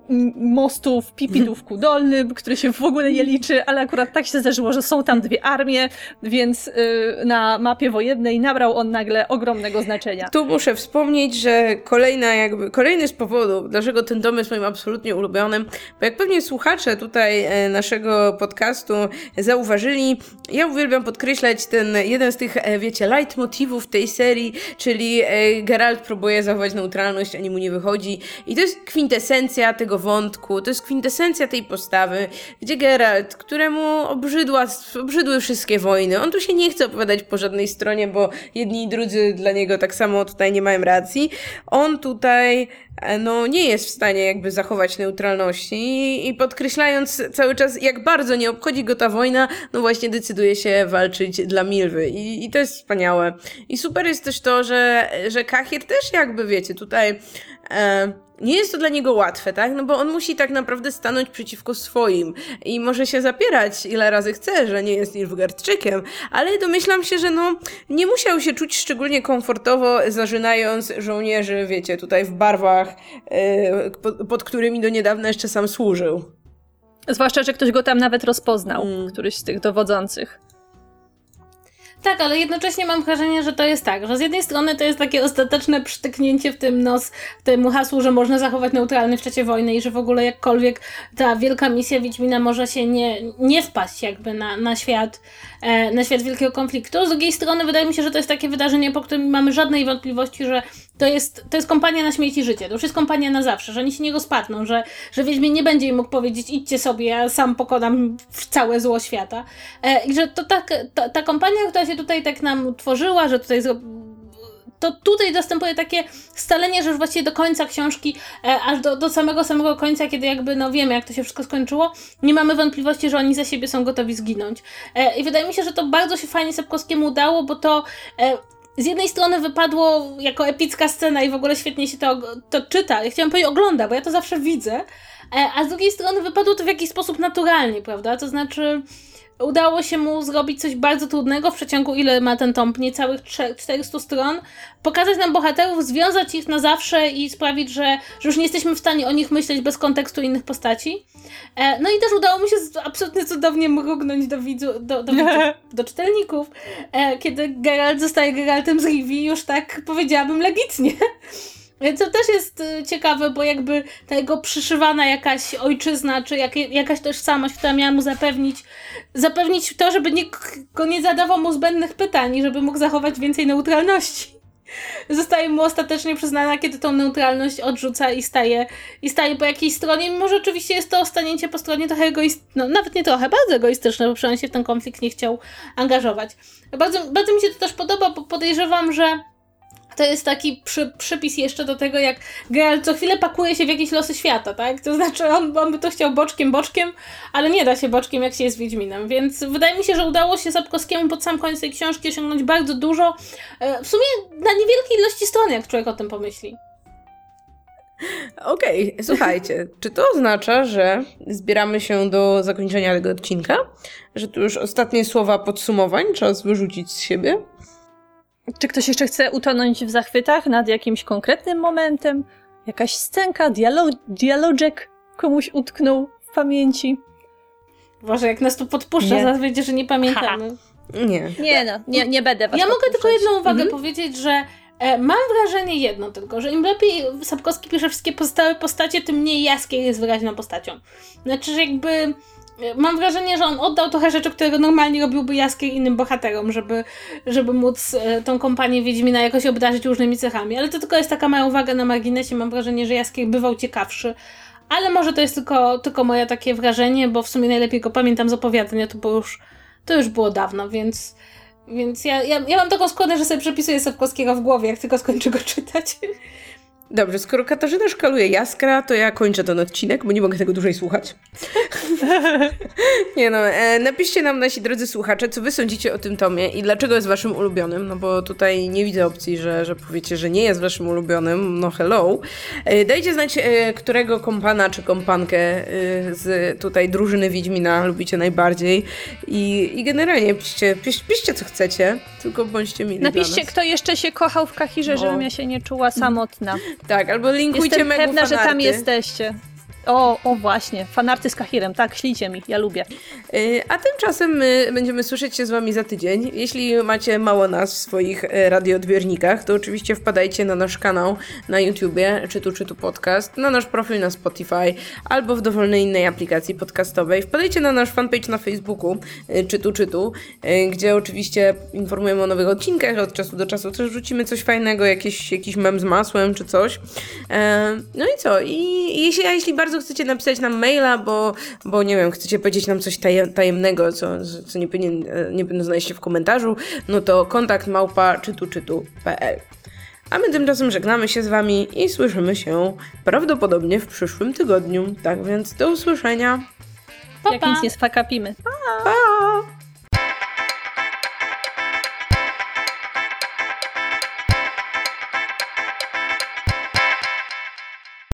Speaker 1: mostu w Pipidówku Dolnym, który się w ogóle nie liczy, ale akurat tak się zdarzyło, że są tam dwie armie, więc yy, na mapie wojennej nabrał on nagle ogromnego znaczenia.
Speaker 2: Tu muszę wspomnieć, że kolejna jakby, kolejny z powodów, dlaczego ten dom jest moim absolutnie ulubionym, bo jak pewnie słuchacze tutaj e, naszego podcastu zauważyli, ja uwielbiam podkreślać ten jeden z tych, e, wiecie, leitmotivów tej serii, czyli e, Geralt próbuje zachować neutralność, a mu nie wychodzi i to jest kwintesencja tego wątku, to jest kwintesencja tej postawy, gdzie Geralt, któremu obrzydła, obrzydły wszystkie wojny, on tu się nie chce opowiadać po żadnej stronie, bo jedni i drudzy dla niego tak samo tutaj nie mają racji, on tutaj no nie jest w stanie jakby zachować neutralności i, i podkreślając cały czas, jak bardzo nie obchodzi go ta wojna, no właśnie decyduje się walczyć dla Milwy i, i to jest wspaniałe. I super jest też to, że, że Cahir też jakby, wiecie, tutaj e, nie jest to dla niego łatwe, tak? No bo on musi tak naprawdę stanąć przeciwko swoim i może się zapierać ile razy chce, że nie jest Nilfgaardczykiem, ale domyślam się, że no nie musiał się czuć szczególnie komfortowo zażynając żołnierzy, wiecie, tutaj w barwach, yy, pod, pod którymi do niedawna jeszcze sam służył.
Speaker 1: Zwłaszcza, że ktoś go tam nawet rozpoznał,
Speaker 2: Mm.
Speaker 1: któryś z tych dowodzących.
Speaker 3: Tak, ale jednocześnie mam wrażenie, że to jest tak, że z jednej strony to jest takie ostateczne przytyknięcie w tym nos temu hasłu, że można zachować neutralny w czasie wojny i że w ogóle jakkolwiek ta wielka misja Wiedźmina może się nie, nie spaść jakby na, na świat, e, na świat wielkiego konfliktu. Z drugiej strony wydaje mi się, że to jest takie wydarzenie, po którym nie mamy żadnej wątpliwości, że to jest, to jest kompania na śmierć i życie, to już jest kompania na zawsze, że oni się nie rozpadną, że, że Wiedźmin nie będzie im mógł powiedzieć idźcie sobie, ja sam pokonam całe zło świata. E, I że to tak, ta, ta kompania, która się tutaj tak nam utworzyła, że tutaj to tutaj następuje takie scalenie, że już właściwie do końca książki, e, aż do, do samego samego końca, kiedy jakby no wiemy, jak to się wszystko skończyło, nie mamy wątpliwości, że oni za siebie są gotowi zginąć. E, I wydaje mi się, że to bardzo się fajnie Sapkowskiemu udało, bo to e, z jednej strony wypadło jako epicka scena i w ogóle świetnie się to, to czyta. Ja chciałam powiedzieć ogląda, bo ja to zawsze widzę, e, a z drugiej strony wypadło to w jakiś sposób naturalnie, prawda? To znaczy udało się mu zrobić coś bardzo trudnego w przeciągu, ile ma ten tom, niecałych czterystu stron, pokazać nam bohaterów, związać ich na zawsze i sprawić, że, że już nie jesteśmy w stanie o nich myśleć bez kontekstu innych postaci. E, no i też udało mi się absolutnie cudownie mrugnąć do widzu, do, do, widzów, do czytelników, e, kiedy Geralt zostaje Geraltem z Rivii już tak powiedziałabym legitnie. Co też jest ciekawe, bo jakby ta jego przyszywana jakaś ojczyzna, czy jak, jakaś tożsamość, która miała mu zapewnić, zapewnić to, żeby nikt go nie zadawał mu zbędnych pytań i żeby mógł zachować więcej neutralności. Zostaje mu ostatecznie przyznana, kiedy tą neutralność odrzuca i staje, i staje po jakiejś stronie, mimo że oczywiście jest to stanięcie po stronie trochę egoistyczne, no nawet nie trochę, bardzo egoistyczne, bo przecież on się w ten konflikt nie chciał angażować. Bardzo, bardzo mi się to też podoba, bo podejrzewam, że to jest taki przy, przypis jeszcze do tego, jak Geralt co chwilę pakuje się w jakieś losy świata, tak? To znaczy on, on by to chciał boczkiem, boczkiem, ale nie da się boczkiem, jak się jest Wiedźminem. Więc wydaje mi się, że udało się Sapkowskiemu pod sam koniec tej książki osiągnąć bardzo dużo. W sumie na niewielkiej ilości stron, jak człowiek o tym pomyśli.
Speaker 2: Okej, okay, słuchajcie, czy to oznacza, że zbieramy się do zakończenia tego odcinka? Że tu już ostatnie słowa podsumowań czas wyrzucić z siebie?
Speaker 1: Czy ktoś jeszcze chce utonąć w zachwytach nad jakimś konkretnym momentem? Jakaś scenka, dialog, dialożek komuś utknął w pamięci?
Speaker 3: Boże, jak nas tu podpuszcza, zaraz będzie, że nie pamiętamy.
Speaker 2: Nie.
Speaker 1: Nie no, nie, nie będę was
Speaker 3: Ja mogę tylko jedną uwagę
Speaker 1: mhm.
Speaker 3: powiedzieć, że e, mam wrażenie jedno tylko, że im lepiej Sapkowski pisze wszystkie pozostałe postacie, tym mniej Jaskier jest wyraźną postacią. Znaczy, że jakby mam wrażenie, że on oddał trochę rzeczy, które normalnie robiłby Jaskier innym bohaterom, żeby, żeby móc e, tą kompanię Wiedźmina jakoś obdarzyć różnymi cechami. Ale to tylko jest taka mała uwaga na marginesie. Mam wrażenie, że Jaskier bywał ciekawszy. Ale może to jest tylko, tylko moje takie wrażenie, bo w sumie najlepiej go pamiętam z opowiadania, to, było już, to już było dawno, więc, więc ja, ja, ja mam taką skłonność, że sobie przepisuję Sapkowskiego w głowie, jak tylko skończę go czytać.
Speaker 2: Dobrze, skoro Katarzyna szkaluje Jaskra, to ja kończę ten odcinek, bo nie mogę tego dłużej słuchać. Nie no, e, napiszcie nam, nasi drodzy słuchacze, co wy sądzicie o tym tomie i dlaczego jest waszym ulubionym, no bo tutaj nie widzę opcji, że, że powiecie, że nie jest waszym ulubionym, no hello. E, dajcie znać, e, którego kompana czy kompankę e, z tutaj drużyny Wiedźmina lubicie najbardziej i, i generalnie piszcie, pisz, piszcie co chcecie, tylko bądźcie mili
Speaker 1: Napiszcie,
Speaker 2: dla nas.
Speaker 1: kto jeszcze się kochał w Kahirze,
Speaker 2: No.
Speaker 1: żebym ja się nie czuła samotna.
Speaker 2: Tak, albo linkujcie
Speaker 1: Jestem
Speaker 2: Megu
Speaker 1: pewna,
Speaker 2: fanarty.
Speaker 1: że tam jesteście. O, o właśnie, fanarty z Kahirem, tak, ślijcie mi, ja lubię.
Speaker 2: A tymczasem my będziemy słyszeć się z wami za tydzień. Jeśli macie mało nas w swoich radioodbiornikach, to oczywiście wpadajcie na nasz kanał na YouTubie, Czytu Czytu Podcast, na nasz profil na Spotify albo w dowolnej innej aplikacji podcastowej. Wpadajcie na nasz fanpage na Facebooku, Czytu Czytu, gdzie oczywiście informujemy o nowych odcinkach, od czasu do czasu też rzucimy coś fajnego, jakiś, jakiś mem z masłem czy coś. No i co? I jeśli, a jeśli bardzo chcecie napisać nam maila, bo, bo nie wiem, chcecie powiedzieć nam coś tajemnego, co, co nie powinien, nie powinno znaleźć się w komentarzu, no to kontakt małpa czytuczytu kropka p l. A my tymczasem żegnamy się z wami i słyszymy się prawdopodobnie w przyszłym tygodniu. Tak więc do usłyszenia.
Speaker 1: Pa, pa. Jak nic nie sfakapimy.
Speaker 2: Pa!